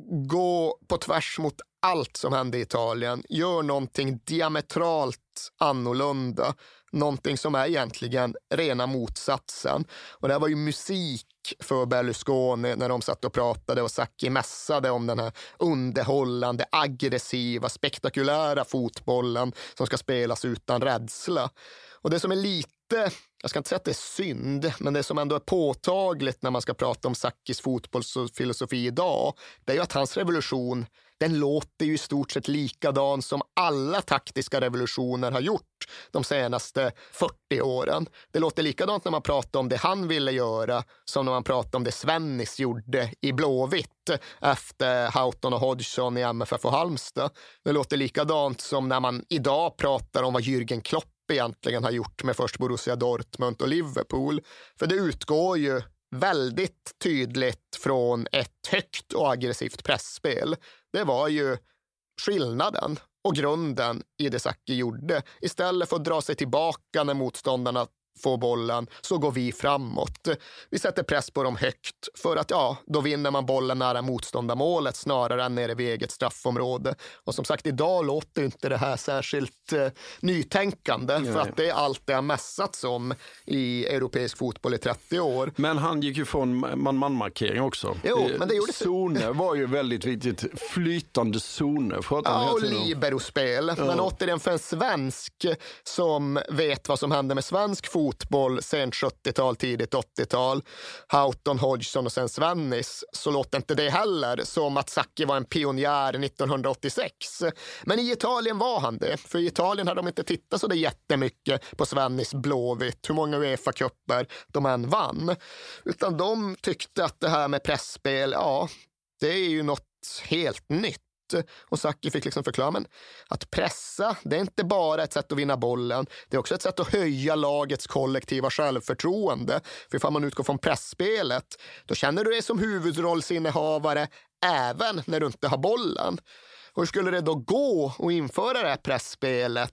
gå på tvärs mot allt som hände i Italien. Gör någonting diametralt annorlunda. Någonting som är egentligen rena motsatsen. Och det här var ju musik för Berlusconi när de satt och pratade och Sacchi mässade om den här underhållande, aggressiva, spektakulära fotbollen som ska spelas utan rädsla. Och det som är lite, jag ska inte säga att det är synd, men det som ändå är påtagligt när man ska prata om Sacchis fotbollsfilosofi idag, det är ju att hans revolution, den låter ju i stort sett likadan som alla taktiska revolutioner har gjort de senaste 40 åren. Det låter likadant när man pratar om det han ville göra som när man pratar om det Svennis gjorde i Blåvitt efter Houghton och Hodgson i MFF och Halmstad. Det låter likadant som när man idag pratar om vad Jürgen Klopp egentligen har gjort med först Borussia Dortmund och Liverpool. För det utgår ju väldigt tydligt från ett högt och aggressivt pressspel. Det var ju skillnaden och grunden i det Sacchi gjorde. Istället för att dra sig tillbaka när motståndarna får bollen så går vi framåt. Vi sätter press på dem högt för att då vinner man bollen nära motståndarmålet snarare än nere vid eget straffområde. Och som sagt, idag låter inte det här särskilt nytänkande för att det är allt det har mässats om i europeisk fotboll i 30 år. Men han gick ju från man-markering också. Jo, men det gjorde zoner var ju väldigt viktigt. Flytande zoner. Och libero-spel. Men återigen för en svensk som vet vad som hände med svensk fotboll sent 70-tal, tidigt 80-tal, Houghton, Hodgson och sen Svennis, så låter inte det heller som att Sacchi var en pionjär 1986. Men i Italien var han det. För i Italien hade de inte tittat så det jättemycket på Svennis Blåvitt, hur många UEFA-cuper de än vann. Utan de tyckte att det här med pressspel, det är ju något helt nytt. Och Sacchi fick liksom förklara, men att pressa, det är inte bara ett sätt att vinna bollen, det är också ett sätt att höja lagets kollektiva självförtroende. För ifall man utgår från pressspelet, då känner du dig som huvudrollsinnehavare även när du inte har bollen. Hur skulle det då gå att införa det här pressspelet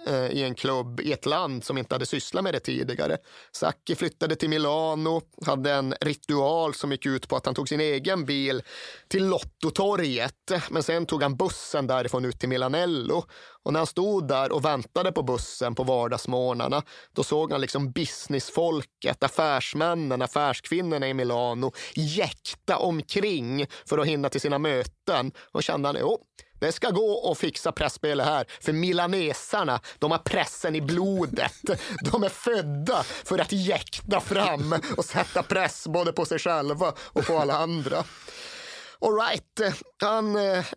i en klubb i ett land som inte hade sysslat med det tidigare? Sacchi flyttade till Milano, hade en ritual som gick ut på att han tog sin egen bil till Lottotorget, men sen tog han bussen därifrån ut till Milanello. Och när han stod där och väntade på bussen på vardagsmorgnarna, då såg han liksom businessfolket, affärsmännen, affärskvinnorna i Milano jäkta omkring för att hinna till sina möten. Och kände han, det ska gå att fixa pressspelet här. För milanesarna, de har pressen i blodet. De är födda för att jäkta fram och sätta press både på sig själva och på alla andra. All right, han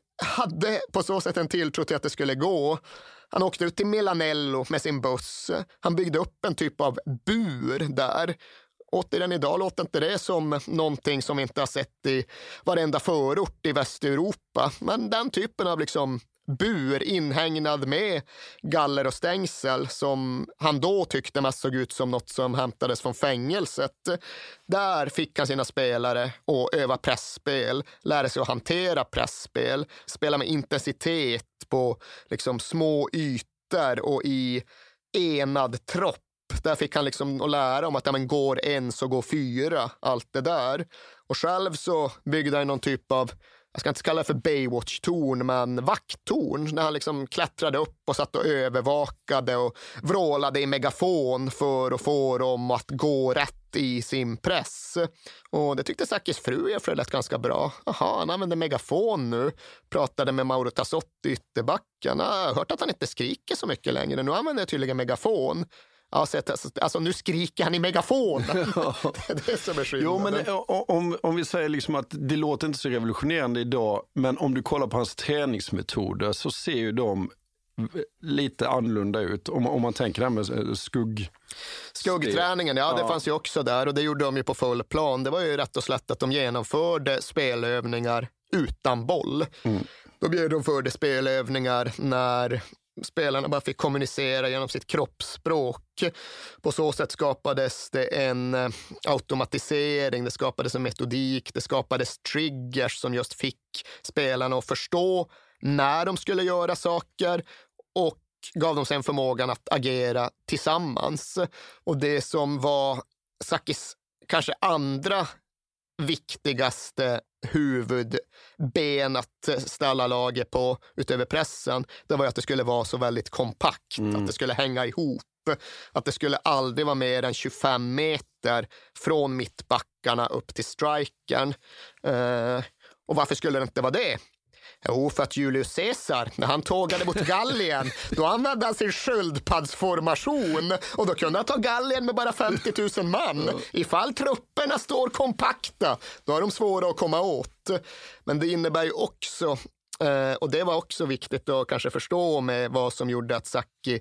hade på så sätt en tilltro till att det skulle gå. Han åkte ut till Milanello med sin buss. Han byggde upp en typ av bur där. Återigen idag låter inte det som någonting som vi inte har sett i varenda förort i Västeuropa. Men den typen av liksom bur inhägnad med galler och stängsel som han då tyckte mest såg ut som något som hämtades från fängelset. Där fick han sina spelare att öva pressspel, lära sig att hantera pressspel, spela med intensitet på liksom små ytor och i enad tropp. Där fick han liksom att lära om att ja, men går en så går fyra, allt det där. Och själv så byggde han någon typ av, jag ska inte kalla det för Baywatch-torn, men vakttorn, när han liksom klättrade upp och satt och övervakade och vrålade i megafon för att få dem att gå rätt i sin press. Och det tyckte Sakis fru för det lät ganska bra. Aha, han använde megafon nu. Pratade med Mauro Tassotti, ytterbackarna. Jag har hört att han inte skriker så mycket längre. Nu använder jag tydligen megafon. Alltså nu skriker han i megafon. Ja. Det är som är skillnaden. Jo, men om vi säger liksom att det låter inte så revolutionerande idag, men om du kollar på hans träningsmetoder så ser ju de lite annorlunda ut. Om man tänker det här med skuggträningen, ja, det fanns ju också där, och det gjorde de ju på full plan. Det var ju rätt och slätt att de genomförde spelövningar utan boll. Då genomförde spelövningar när spelarna bara fick kommunicera genom sitt kroppsspråk. På så sätt skapades det en automatisering, det skapades en metodik, det skapades triggers som just fick spelarna att förstå när de skulle göra saker och gav dem sen förmågan att agera tillsammans. Och det som var Sakis kanske andra viktigaste huvudben att ställa laget på utöver pressen, det var att det skulle vara så väldigt kompakt, att det skulle hänga ihop, att det skulle aldrig vara mer än 25 meter från mittbackarna upp till strikern. Och varför skulle det inte vara det? Jo, för att Julius Caesar, när han tågade mot Gallien, då använde han sin sköldpaddsformation och då kunde han ta Gallien med bara 50 000 man. Ifall trupperna står kompakta, då är de svåra att komma åt. Men det innebär ju också, och det var också viktigt att kanske förstå med vad som gjorde att Sacchi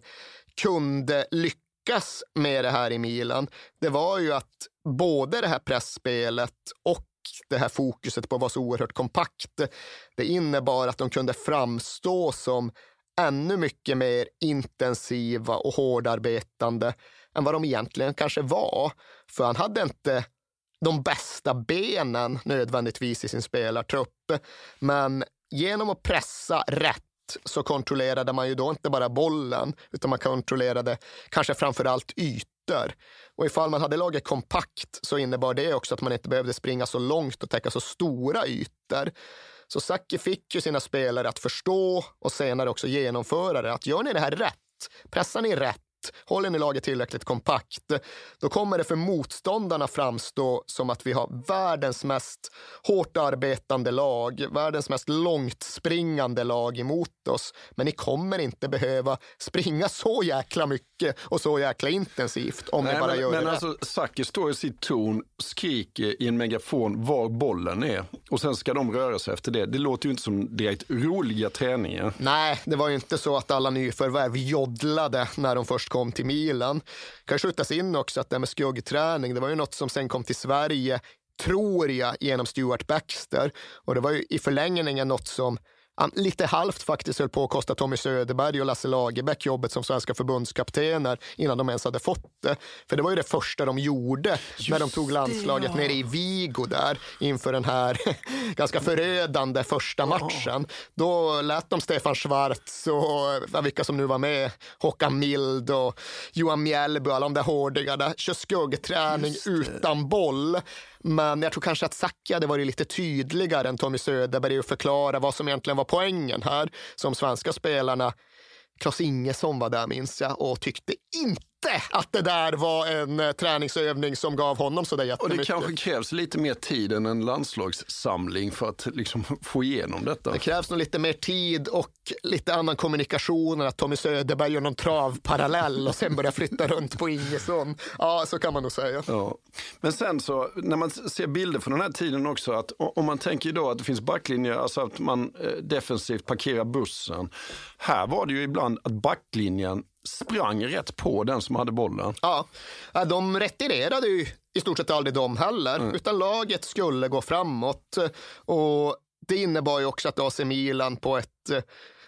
kunde lyckas med det här i Milan. Det var ju att både det här pressspelet och det här fokuset på att vara så oerhört kompakt, det innebar att de kunde framstå som ännu mycket mer intensiva och hårdarbetande än vad de egentligen kanske var. För han hade inte de bästa benen nödvändigtvis i sin spelartrupp, men genom att pressa rätt så kontrollerade man ju då inte bara bollen, utan man kontrollerade kanske framförallt ytor. Och ifall man hade laget kompakt så innebar det också att man inte behövde springa så långt och täcka så stora ytor. Så Sacchi fick ju sina spelare att förstå och senare också genomföra det. Att gör ni det här rätt, pressar ni rätt, håller ni laget tillräckligt kompakt, då kommer det för motståndarna framstå som att vi har världens mest hårt arbetande lag, världens mest långt springande lag emot oss. Men ni kommer inte behöva springa så jäkla mycket och så jäkla intensivt om ni bara gör det rätt. Men alltså, Sacchi står i sitt torn, skriker i en megafon var bollen är och sen ska de röra sig efter det. Det låter ju inte som direkt roliga träningar. Nej, det var ju inte så att alla nyförvärv joddlade när de först kom till Milan. Kan skjutas in också att det med skuggträning, det var ju något som sen kom till Sverige, tror jag, genom Stuart Baxter. Och det var ju i förlängningen något som lite halvt faktiskt höll på att kosta Tommy Söderberg och Lasse Lagerbäck jobbet som svenska förbundskaptener innan de ens hade fått det. För det var ju det första de gjorde när de tog landslaget nere i Vigo där inför den här ganska förödande första matchen. Då lät de Stefan Schwarz och vilka som nu var med, Håkan Mild och Johan Mjällby, alla de där hårdiga, kör skuggträning utan boll. Men jag tror kanske att Sacchi hade varit lite tydligare än Tommy Söderberg och förklara vad som egentligen var poängen här. Som svenska spelarna, Claes Ingesson var där minns jag och tyckte inte att det där var en träningsövning som gav honom så där jättemycket. Och det kanske krävs lite mer tid än en landslagssamling för att liksom få igenom detta. Det krävs nog lite mer tid och lite annan kommunikation än att Tommy Söderberg gör någon travparallell och sen börjar flytta runt på Ingesson. Ja, så kan man nog säga. Ja. Men sen så, när man ser bilder från den här tiden också, att om man tänker då att det finns backlinjer, alltså att man defensivt parkerar bussen. Här var det ju ibland att backlinjen sprang rätt på den som hade bollen. Ja, de retirerade ju i stort sett aldrig de heller, utan laget skulle gå framåt. Och det innebar ju också att AC Milan på ett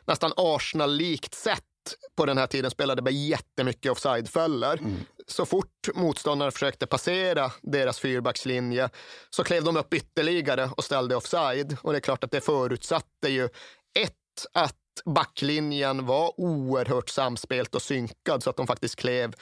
nästan Arsenal-likt sätt på den här tiden spelade bara jättemycket offside-fällor. Så fort motståndarna försökte passera deras fyrbackslinje så klev de upp ytterligare och ställde offside. Och det är klart att det förutsatte ju att backlinjen var oerhört samspelt och synkad så att de faktiskt klev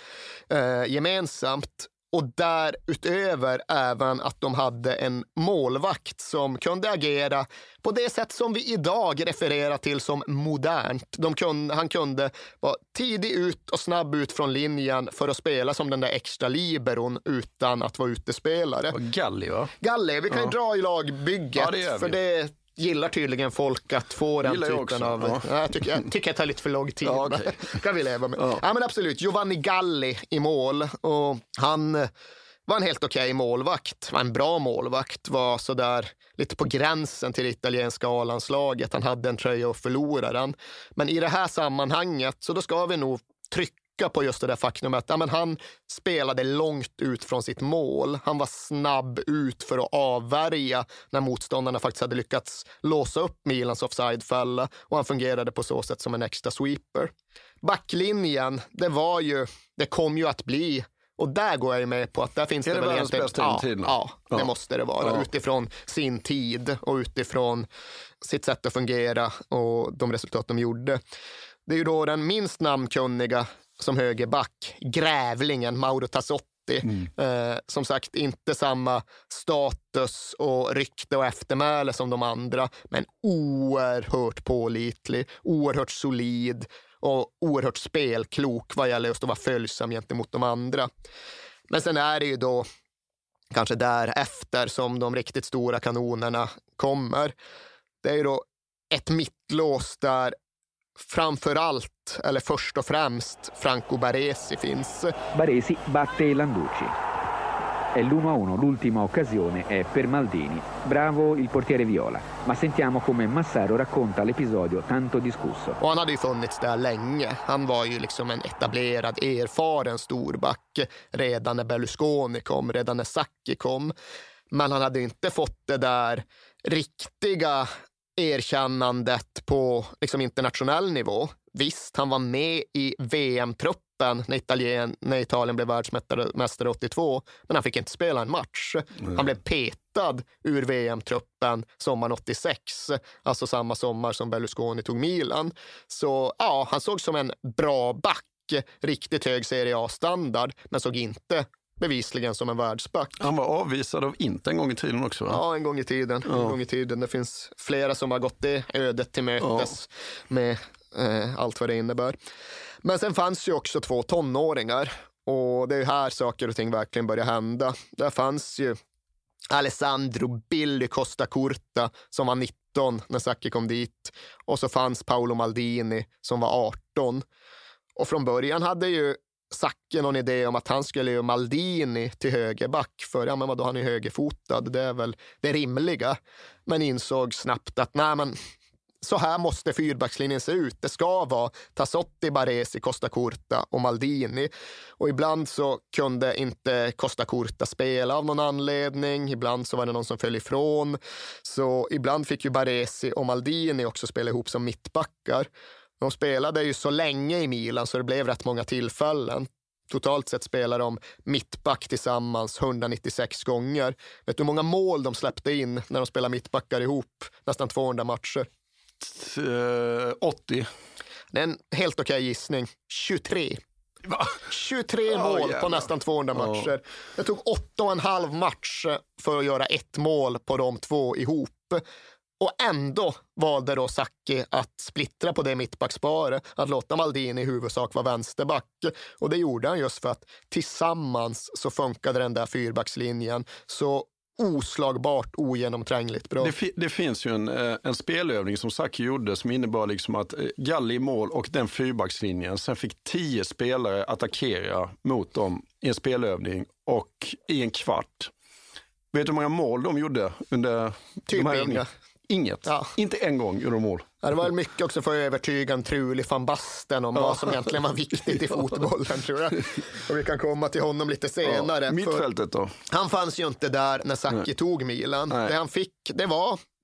gemensamt. Och därutöver även att de hade en målvakt som kunde agera på det sätt som vi idag refererar till som modernt. Han kunde vara tidig ut och snabb ut från linjen för att spela som den där extra liberon utan att vara utespelare. Och Galli, va? Galli, vi kan ju dra i lagbygget, för det gillar tydligen folk att få den typen av... Ja. Jag tycker jag tar lite för lång tid. Ja, okay. Kan vi leva med. Ja, men absolut. Giovanni Galli i mål. Och han var en helt okej målvakt. Var en bra målvakt. Var sådär lite på gränsen till det italienska A-landslaget. Han hade en tröja och förlorade den. Men i det här sammanhanget så då ska vi nog trycka på just det där faktumet att han spelade långt ut från sitt mål. Han var snabb ut för att avvärja när motståndarna faktiskt hade lyckats låsa upp Milans offside-fälla, och han fungerade på så sätt som en extra sweeper. Backlinjen, det kom ju att bli, och där går jag med på att där finns det väl egentligen... Ja, det måste det vara. Ja. Utifrån sin tid och utifrån sitt sätt att fungera och de resultat de gjorde. Det är ju då den minst namnkunniga som högerback, grävlingen Mauro Tassotti. Som sagt, inte samma status och rykte och eftermäle som de andra, men oerhört pålitlig, oerhört solid och oerhört spelklok vad gäller just att vara följsam gentemot de andra. Men sen är det ju då kanske därefter som de riktigt stora kanonerna kommer. Det är ju då ett mittlås där framförallt, eller först och främst, Franco Baresi finns. Baresi batte Landucci. È l'1-1, l'ultima occasione è per Maldini. Bravo il portiere Viola. Ma sentiamo come Massaro racconta l'episodio tanto discusso. Och han hade ju funnits där länge. Han var ju liksom en etablerad, erfaren storback redan när Berlusconi kom, redan när Sacchi kom. Men han hade inte fått det där riktiga erkännandet på liksom internationell nivå. Visst, han var med i VM-truppen när Italien blev världsmästare 82, men han fick inte spela en match. Han blev petad ur VM-truppen sommaren 86, alltså samma sommar som Berlusconi tog Milan. Så ja, han såg som en bra back, riktigt hög Serie A-standard, men såg inte bevisligen som en världsback. Han var avvisad av Inter en gång i tiden också, va? Ja, en gång i tiden. Det finns flera som har gått det ödet till mötes med allt vad det innebär. Men sen fanns ju också 2 tonåringar, och det är här saker och ting verkligen börjar hända. Där fanns ju Alessandro Billy Costa Curta som var 19 när Sacchi kom dit, och så fanns Paolo Maldini som var 18. Och från början hade ju Sacchi någon idé om att han skulle göra Maldini till högerback, för ja, men vadå, han är högerfotad, det är väl det rimliga. Men insåg snabbt att nej, men så här måste fyrbackslinjen se ut. Det ska vara Tassotti, Baresi, Costa Curta och Maldini. Och ibland så kunde inte Costa Curta spela av någon anledning. Ibland så var det någon som föll ifrån. Så ibland fick ju Baresi och Maldini också spela ihop som mittbackar. De spelade ju så länge i Milan så det blev rätt många tillfällen. Totalt sett spelar de mittback tillsammans 196 gånger. Vet du hur många mål de släppte in när de spelar mittbackar ihop? Nästan 200 matcher. 80. Det är en helt okej gissning. 23. 23 mål på nästan 200 matcher. Det tog 8,5 match för att göra 1 mål på de 2 ihop. Och ändå valde då Sacchi att splittra på det mittbacksparet, att låta Maldini i huvudsak vara vänsterback. Och det gjorde han just för att tillsammans så funkade den där fyrbackslinjen så oslagbart, ogenomträngligt bra. Det finns ju en spelövning som Sacchi gjorde som innebar liksom att Galli i mål och den fyrbackslinjen, sen fick 10 spelare attackera mot dem i en spelövning och i en kvart. Vet du hur många mål de gjorde under de här övningarna? Inget. Ja. Inte en gång gjorde de mål. Ja, det var mycket också för att övertyga en Truli van Basten om vad som egentligen var viktigt i fotbollen, tror jag. Och vi kan komma till honom lite senare. Mittfältet då? Han fanns ju inte där när Sacchi tog Milan. Det han fick, det var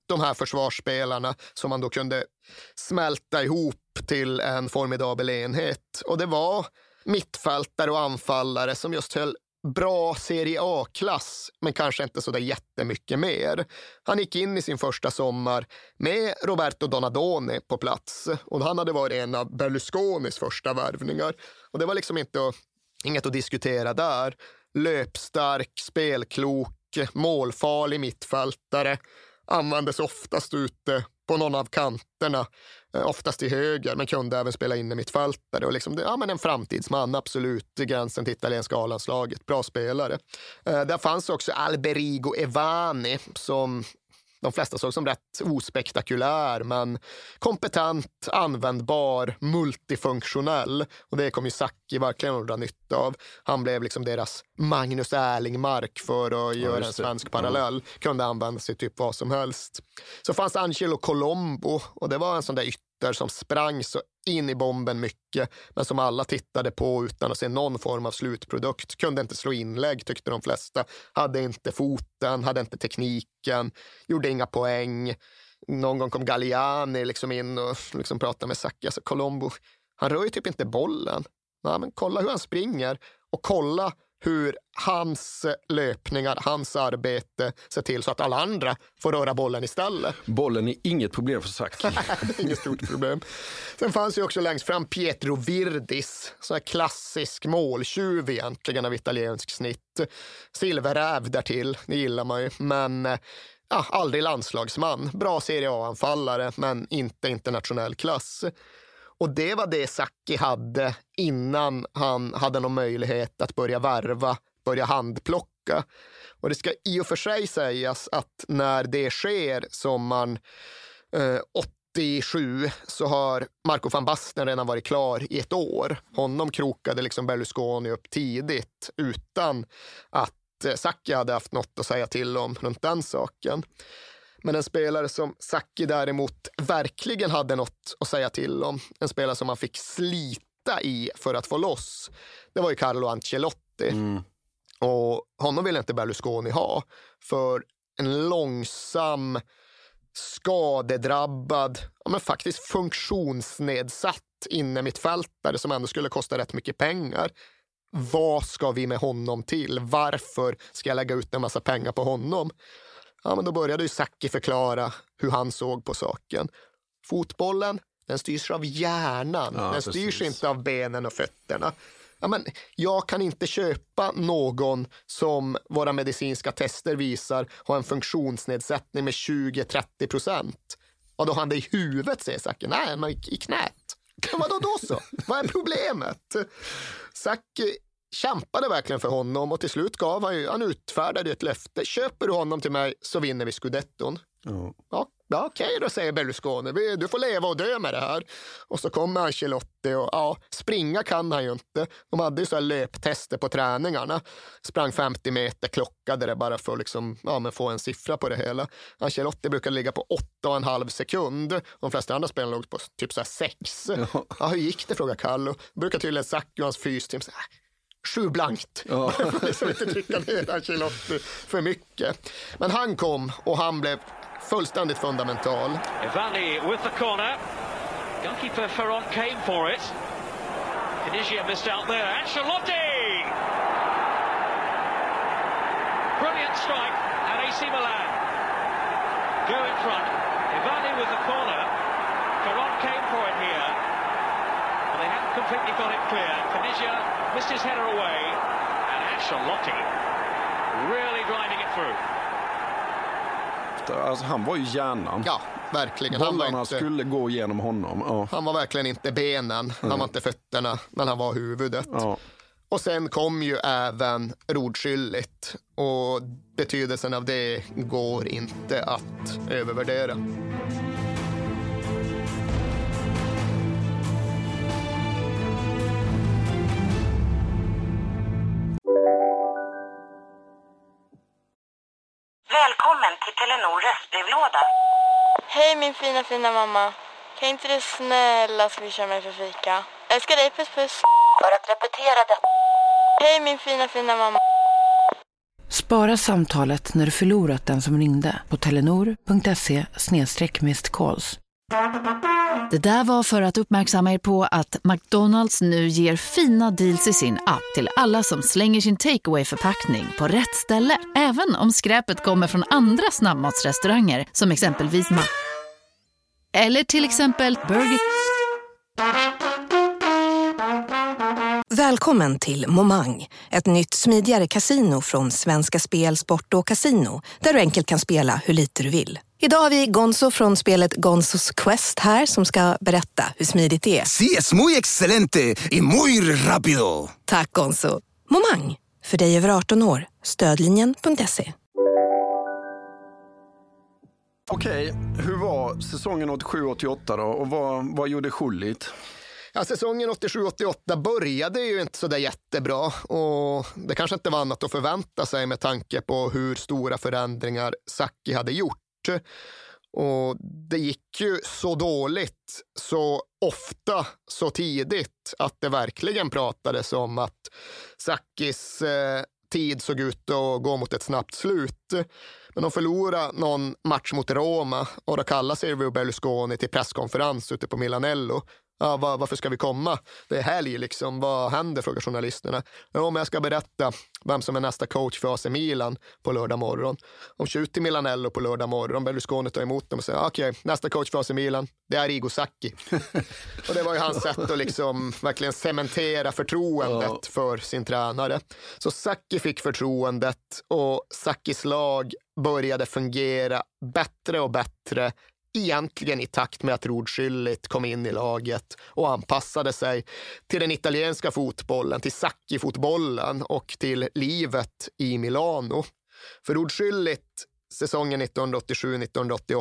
de här försvarsspelarna som man då kunde smälta ihop till en formidabel enhet. Och det var mittfältare och anfallare som just höll bra Serie A-klass, men kanske inte så där jättemycket mer. Han gick in i sin första sommar med Roberto Donadoni på plats, och han hade varit en av Berlusconis första värvningar. Och det var liksom inget att diskutera där. Löpstark, spelklok, målfarlig mittfältare, användes oftast ute på någon av kanterna, oftast till höger, men kunde även spela in i mittfältare. Och liksom, men en framtidsman, absolut, i gränsen till italienska A-landslaget. Bra spelare. Där fanns också Alberigo Evani, som de flesta såg som rätt ospektakulär, men kompetent, användbar, multifunktionell. Och det kom ju Sacchi verkligen att dra nytta av. Han blev liksom deras Magnus Erlingmark, för att göra en svensk parallell. Kunde använda sig typ vad som helst. Så fanns Angelo Colombo, och det var en sån där ytter som sprang så in i bomben mycket, men som alla tittade på utan att se någon form av slutprodukt. Kunde inte slå inlägg, tyckte de flesta. Hade inte foten, hade inte tekniken, gjorde inga poäng. Någon gång kom Galliani liksom in och liksom pratade med Sacchi. Alltså Colombo, han rör ju typ inte bollen. Ja, men kolla hur han springer, och kolla hur hans löpningar, hans arbete ser till så att alla andra får röra bollen istället. Bollen är inget problem för Sacchi. Inget stort problem. Sen fanns ju också längst fram Pietro Virdis, så här klassisk måltjuv egentligen av italiensk snitt. Silverräv därtill, det gillar man ju, men aldrig landslagsman. Bra Serie A-anfallare, men inte internationell klass. Och det var det Sacchi hade innan han hade någon möjlighet att börja värva, börja handplocka. Och det ska i och för sig sägas att när det sker sommaren 87 så har Marco van Basten redan varit klar i ett år. Honom krokade liksom Berlusconi upp tidigt utan att Sacchi hade haft något att säga till om runt den saken. Men en spelare som Sacchi däremot verkligen hade något att säga till om, en spelare som man fick slita i för att få loss, det var ju Carlo Ancelotti. Och honom ville inte Berlusconi ha, för en långsam, skadedrabbad, men faktiskt funktionsnedsatt inne mittfältare som ändå skulle kosta rätt mycket pengar. Vad ska vi med honom till? Varför ska jag lägga ut en massa pengar på honom? Ja, men då började ju Sacchi förklara hur han såg på saken. Fotbollen, den styrs av hjärnan. Ja, den styrs inte av benen och fötterna. Ja, men jag kan inte köpa någon som våra medicinska tester visar har en funktionsnedsättning med 20-30%. Och då har han det i huvudet, säger Sacchi. Nej, men i knät. Vadå då så? Vad är problemet? Sacchi kämpade verkligen för honom, och till slut han utfärdade ett löfte. Köper du honom till mig så vinner vi Scudetton. Ja, okej då, säger Berlusconi. Du får leva och dö med det här. Och så kommer Ancelotti, och springa kan han ju inte. De hade ju så här löptester på träningarna. Sprang 50 meter, klockade det bara för att liksom, men få en siffra på det hela. Ancelotti brukade ligga på 8,5 sekund. De flesta andra spelarna låg på typ så här 6. Ja, hur gick det, frågar Carlo. Brukar tydligen Sacchi och hans fysteam säga 7 blankt. Ja. Liksom inte trycka ner Ancelotti för mycket. Men han kom, och han blev fullständigt fundamental. Evani with the corner. Goalkeeper Ferron came for it. Tunisia missed out there. Ancelotti! Brilliant strike at AC Milan. Go in front. Evani with the corner. Ferron came for it here. But they hadn't completely got it clear. Tunisia missed his header away. And Ancelotti really driving it through. Alltså, han var ju hjärnan. Ja, verkligen. Bollarna skulle gå igenom honom. Ja. Han var verkligen inte benen, han var inte fötterna, men han var huvudet. Ja. Och sen kom ju även rodskyldigt, och betydelsen av det går inte att övervärdera. Välkommen till Telenor röstbrevlåda. Hej min fina mamma. Kan inte du snälla swisha mig för fika? Älskar dig, puss. För att repetera det. Hej min fina mamma. Spara samtalet när du förlorat den som ringde på telenor.se/missed-calls. Det där var för att uppmärksamma er på att McDonald's nu ger fina deals i sin app till alla som slänger sin takeaway-förpackning på rätt ställe. Även om skräpet kommer från andra snabbmatsrestauranger som exempelvis eller till exempel Burger. Välkommen till Momang, ett nytt smidigare kasino från Svenska Spel, Sport och Casino, där du enkelt kan spela hur lite du vill. Idag har vi Gonzo från spelet Gonzos Quest här som ska berätta hur smidigt det är. Sí, es muy excelente y muy rápido. Tack Gonzo. Momang, för dig över 18 år. Stödlinjen.se. Okej, hur var säsongen 87-88 då? Och vad gjorde Schullit? Ja, säsongen 87-88 började ju inte så där jättebra och det kanske inte var annat att förvänta sig med tanke på hur stora förändringar Sacchi hade gjort. Och det gick ju så dåligt, så ofta, så tidigt att det verkligen pratades om att Sacchis tid såg ut att gå mot ett snabbt slut. Men de förlorade någon match mot Roma och då kallade Silvio Berlusconi till presskonferens ute på Milanello. Ja, varför ska vi komma? Det är helg liksom. Vad händer? Frågar journalisterna. Ja, men jag ska berätta vem som är nästa coach för AC Milan på lördag morgon. De kör ut till Milanello på lördag morgon. Berlusconi tar emot dem och säger okej, nästa coach för AC Milan, det är Arrigo Sacchi. Och det var ju hans sätt att liksom verkligen cementera förtroendet för sin tränare. Så Sacchi fick förtroendet och Sacchis lag började fungera bättre och bättre, egentligen i takt med att Ruud Schullit kom in i laget och anpassade sig till den italienska fotbollen, till Sacchi-fotbollen och till livet i Milano. För Ruud Schullit, säsongen 1987-1988,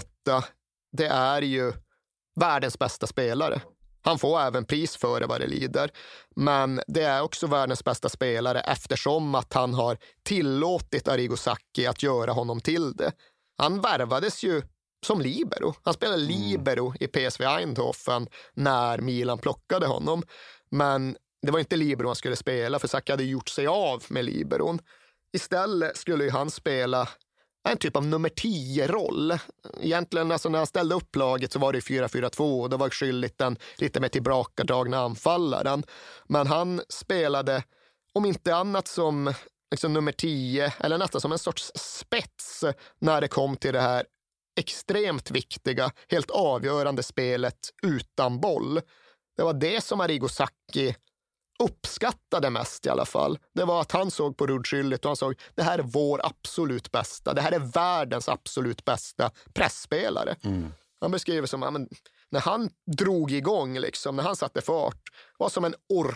det är ju världens bästa spelare. Han får även pris för det vad det lider. Men det är också världens bästa spelare eftersom att han har tillåtit Arrigo Sacchi att göra honom till det. Han värvades ju som libero. Han spelade libero i PSV Eindhoven när Milan plockade honom. Men det var inte libero han skulle spela, för Sacchi hade gjort sig av med liberon. Istället skulle ju han spela en typ av nummer 10-roll. Egentligen alltså när han ställde upp laget så var det 4-4-2 och då var Schullit den lite mer tillbakadragna anfallaren. Men han spelade om inte annat som liksom nummer 10 eller nästan som en sorts spets när det kom till det här extremt viktiga, helt avgörande spelet utan boll. Det var det som Arrigo Sacchi uppskattade mest i alla fall. Det var att han såg på Ruud Schullit och han såg det här är vår absolut bästa. Det här är världens absolut bästa pressspelare. Han beskriver som men, när han drog igång, liksom, när han satte fart, var som en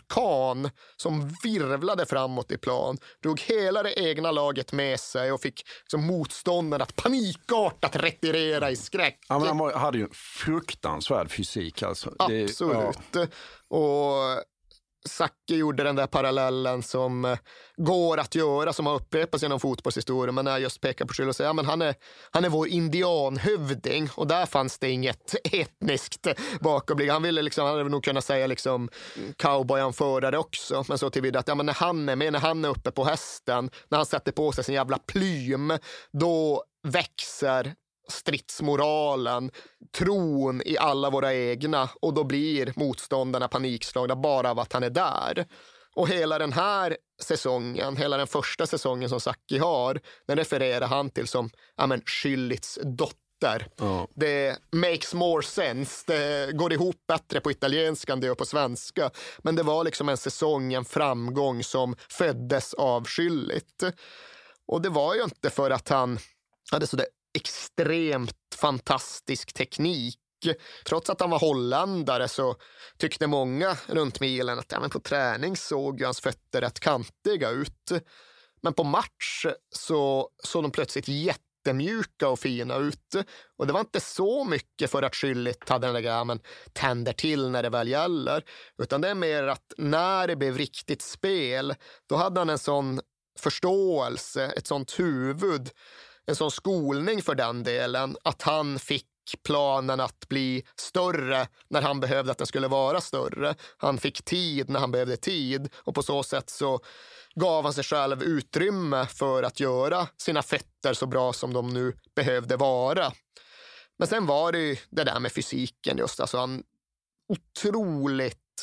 orkan som virvlade framåt i plan, drog hela det egna laget med sig och fick liksom, motståndaren att panikartat retirera i skräck. Ja, men han hade ju en fruktansvärd fysik. Alltså. Absolut. Och Sacchi gjorde den där parallellen som går att göra, som har upprepats genom fotbollshistorien, men när jag just pekar på Schullit och säger men han är vår indianhövding och där fanns det inget etniskt bakomlig. Han ville liksom, han hade nog kunnat säga liksom cowboyanförare också, men så tillvida att men när han är med, när han är uppe på hästen, när han sätter på sig sin jävla plym, då växer stridsmoralen, tron i alla våra egna och då blir motståndarna panikslagna bara av att han är där. Och hela den här säsongen, hela den första säsongen som Sacchi har, den refererar han till som Schullits dotter. Det makes more sense, det går ihop bättre på italienska än det gör på svenska, men det var liksom en säsong, en framgång som föddes av Schullit. Och det var ju inte för att han hade sådär extremt fantastisk teknik. Trots att han var holländare så tyckte många runt Milan att på träning såg ju hans fötter rätt kantiga ut. Men på match så såg de plötsligt jättemjuka och fina ut. Och det var inte så mycket för att Schullit hade den där grejen, tänder till när det väl gäller. Utan det är mer att när det blev riktigt spel, då hade han en sån förståelse, ett sånt huvud, en sån skolning för den delen, att han fick planen att bli större när han behövde att den skulle vara större. Han fick tid när han behövde tid och på så sätt så gav han sig själv utrymme för att göra sina fötter så bra som de nu behövde vara. Men sen var det ju det där med fysiken just. Alltså han otroligt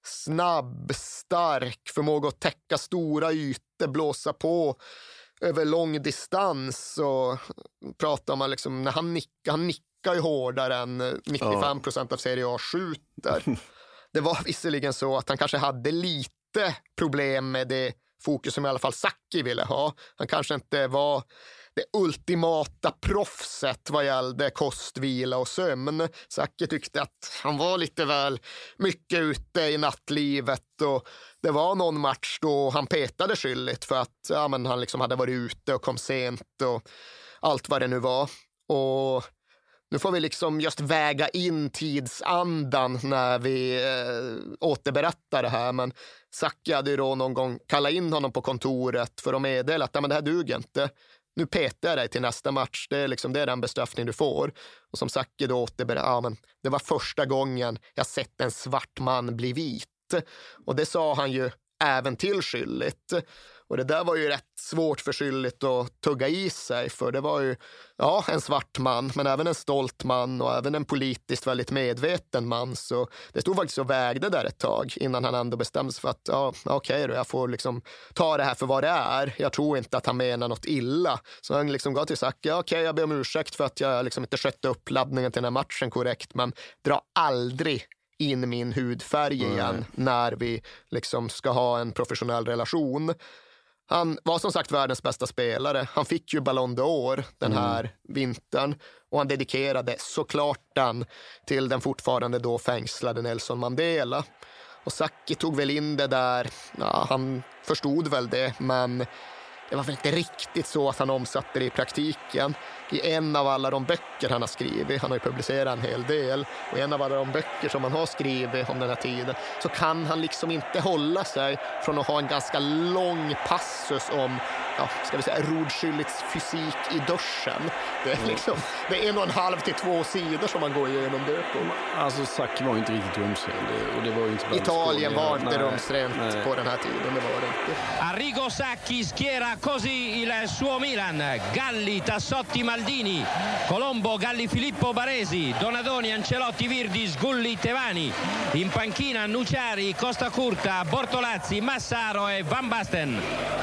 snabb, stark, förmåga att täcka stora ytor, blåsa på över lång distans och pratar man liksom, när han nickar ju hårdare än 95% av Serie A skjuter. Det var visserligen så att han kanske hade lite problem med det fokus som i alla fall Sacchi ville ha. Han kanske inte var det ultimata proffset vad gällde kost, vila och sömn. Sacchi tyckte att han var lite väl mycket ute i nattlivet och det var någon match då han petade skyldigt för att han liksom hade varit ute och kom sent och allt vad det nu var. Och nu får vi liksom just väga in tidsandan när vi återberättar det här. Men Sacchi hade ju då någon gång kallat in honom på kontoret för att meddela att det här duger inte. Nu petar jag dig till nästa match. Det är den bestraffning du får. Och som Sacchi då återberättade, det var första gången jag sett en svart man bli vit. Och det sa han ju även till skyldigt. Och det där var ju rätt svårt för skyldigt att tugga i sig. För det var ju en svart man, men även en stolt man och även en politiskt väldigt medveten man. Så det stod faktiskt och vägde där ett tag innan han ändå bestämde sig för att okej då, jag får liksom ta det här för vad det är. Jag tror inte att han menar något illa. Så han liksom gav till Sacchi, jag ber om ursäkt för att jag liksom inte skötte upp laddningen till den här matchen korrekt, men dra aldrig in min hudfärg igen när vi liksom ska ha en professionell relation. Han var som sagt världens bästa spelare. Han fick ju Ballon d'Or den här vintern och han dedikerade såklart den till den fortfarande då fängslade Nelson Mandela. Och Sacchi tog väl in det där, han förstod väl det, men det var väl inte riktigt så att han omsatte det i praktiken. I en av alla de böcker han har skrivit, han har ju publicerat en hel del, och i en av alla de böcker som han har skrivit om den här tiden så kan han liksom inte hålla sig från att ha en ganska lång passus om, ska vi säga, Rudschillits fysik i duschen. Det är liksom, det är 1,5 till 2 sidor som man går igenom det på. Alltså Sacchi var ju inte riktigt rumsrent och det var ju inte Italien var inte rumsrent på den här tiden, det var det inte. Arrigo Sacchi schiera così il suo Milan. Galli, Tassotti, Maldini, Colombo, Galli, Filippo, Baresi, Donadoni, Ancelotti, Virdis, Gulli, Tevani. In panchina Nuciari, Costa Curta, Bortolazzi, Massaro e Van Basten.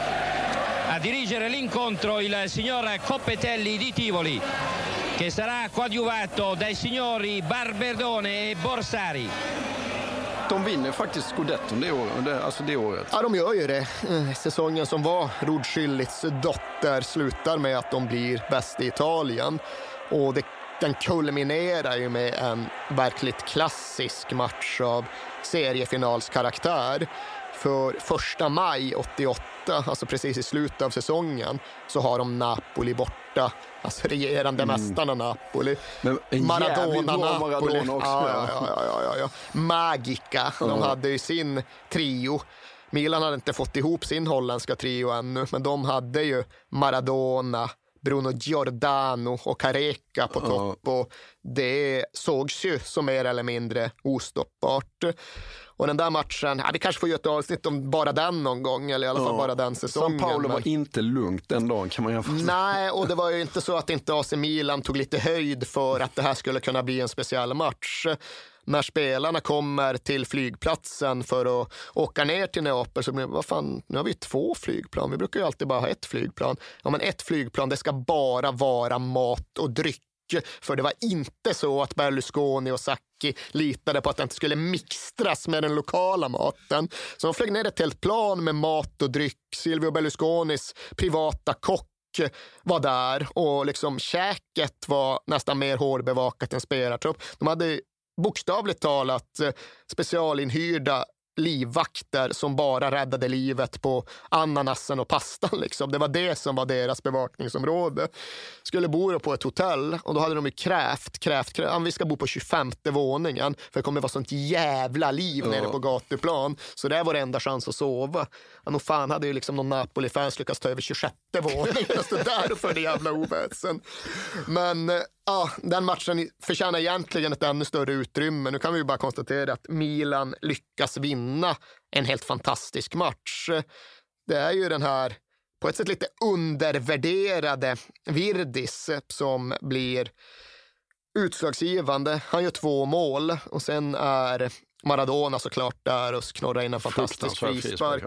A dirigere l'incontro il signor Coppetelli di Tivoli, che sarà coadiuvato dai signori Barberdone e Borsari. De vinner faktiskt Scudetton det året. Ja, de gör ju det. Säsongen som var Rudschillits dotter slutar med att de blir bäst i Italien. Och den kulminerar ju med en verkligt klassisk match av seriefinalskaraktär. För 1 maj 88, alltså precis i slutet av säsongen, så har de Napoli borta. Alltså regerande mästarna Napoli. Maradona också. Ja. Magica. De hade ju sin trio. Milan hade inte fått ihop sin holländska trio ännu, men de hade ju Maradona, Bruno Giordano och Careca på topp, och det sågs ju som mer eller mindre ostoppbart. Och den där matchen, vi kanske får göra ett avsnitt om bara den någon gång, eller i alla fall bara den säsongen. San Paolo var inte lugnt den dagen, kan man jämföra. Nej, och det var ju inte så att inte AC Milan tog lite höjd för att det här skulle kunna bli en speciell match. När spelarna kommer till flygplatsen för att åka ner till Neapel så blir nu har vi 2 flygplan. Vi brukar ju alltid bara ha 1 flygplan. Ja, men 1 flygplan, det ska bara vara mat och dryck. För det var inte så att Berlusconi och Sacchi litade på att det inte skulle mixtras med den lokala maten. Så de flög ner ett helt plan med mat och dryck. Silvio Berlusconis privata kock var där och liksom käket var nästan mer hårbevakat än spelartrupp. De hade bokstavligt talat specialinhyrda livvakter som bara räddade livet på ananasen och pastan liksom. Det var det som var deras bevakningsområde. Skulle bo på ett hotell och då hade de ju krävt vi ska bo på 25:e våningen för det kommer vara sånt jävla liv nere på gatuplan. Så det var det enda chans att sova. Nog fan hade ju liksom någon Napoli-fans lyckats ta över 26:e våningen. Så där för det jävla oväsen. Men Ja, den matchen förtjänar egentligen ett ännu större utrymme. Nu kan vi ju bara konstatera att Milan lyckas vinna en helt fantastisk match. Det är ju den här på ett sätt lite undervärderade Virdis som blir utslagsgivande. Han gör 2 mål och sen är Maradona såklart där och knorrar in en fantastisk frispark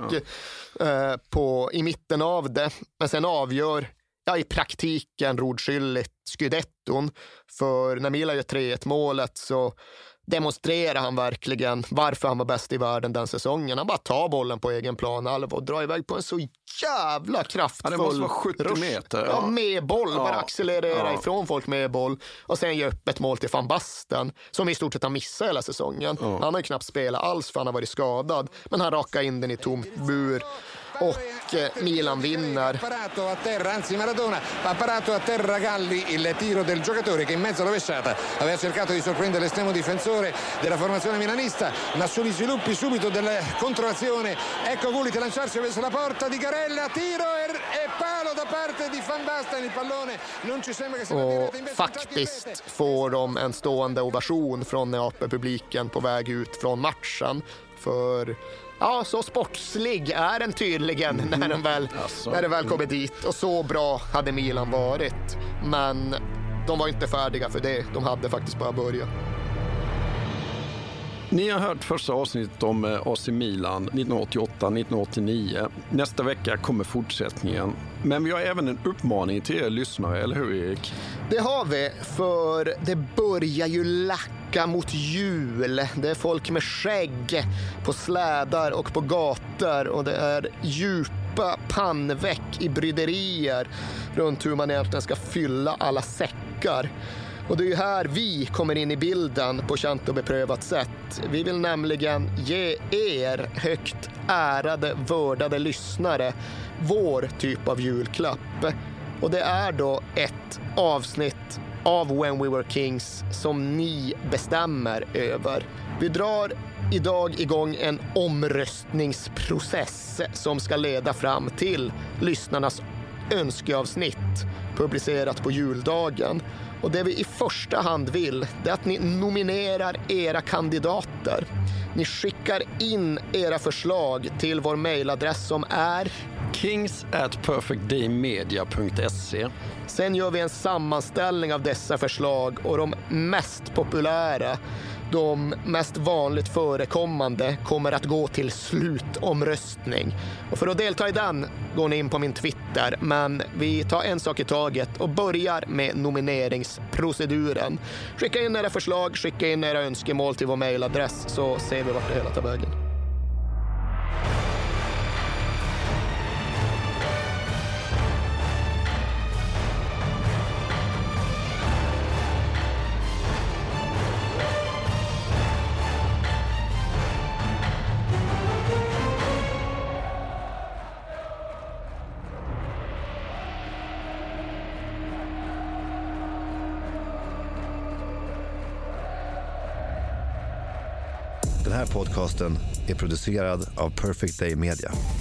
i mitten av det. Men sen avgör i praktiken rodskyldigt Scudetton. För när Milan gör 3-1 målet så demonstrerar han verkligen varför han var bäst i världen den säsongen. Han bara tar bollen på egen plan och drar iväg på en så jävla kraftfull... Ja, det måste vara 70 meter. Ja, med boll. Bara accelerera ifrån folk med boll. Och sen gör upp ett mål till Van Basten som i stort sett har missat hela säsongen. Han har ju knappt spelat alls för han har varit skadad. Men han rakar in den i tom bur. Och Milan vinner. Parato a terra, anzi Maradona ha parato a terra Galli, il tiro del giocatore che in mezzo rovesciata aveva cercato di sorprendere l'estremo difensore della formazione milanista, ma sugli sviluppi subito della controazione ecco Gullit lanciarsi verso la porta di Garella, tiro e palo da parte di Van Basten, il pallone non ci sembra che sia och faktiskt får de en stående ovation från Neapel-publiken på väg ut från matchen. För så sportslig är den tydligen när den väl kommer dit. Och så bra hade Milan varit. Men de var inte färdiga för det. De hade faktiskt bara börjat. Ni har hört första avsnittet om AC Milan 1988-1989. Nästa vecka kommer fortsättningen. Men vi har även en uppmaning till er lyssnare, eller hur Erik? Det har vi, för det börjar ju lacka mot jul. Det är folk med skägg på slädar och på gator och det är djupa pannveck i bryderier runt hur man egentligen ska fylla alla säckar. Och det är ju här vi kommer in i bilden på känt och beprövat sätt. Vi vill nämligen ge er högt ärade, vördade lyssnare vår typ av julklapp. Och det är då ett avsnitt av When We Were Kings som ni bestämmer över. Vi drar idag igång en omröstningsprocess som ska leda fram till lyssnarnas önskeavsnitt publicerat på juldagen. Och det vi i första hand vill är att ni nominerar era kandidater. Ni skickar in era förslag till vår mejladress som är kings@perfectdaymedia.se. Sen gör vi en sammanställning av dessa förslag och de mest populära, de mest vanligt förekommande kommer att gå till slutomröstning. Och för att delta i den går ni in på min Twitter, men vi tar en sak i taget och börjar med nomineringsproceduren. Skicka in era förslag, skicka in era önskemål till vår mejladress så ser vi vart det hela tar vägen. Den här podcasten är producerad av Perfect Day Media.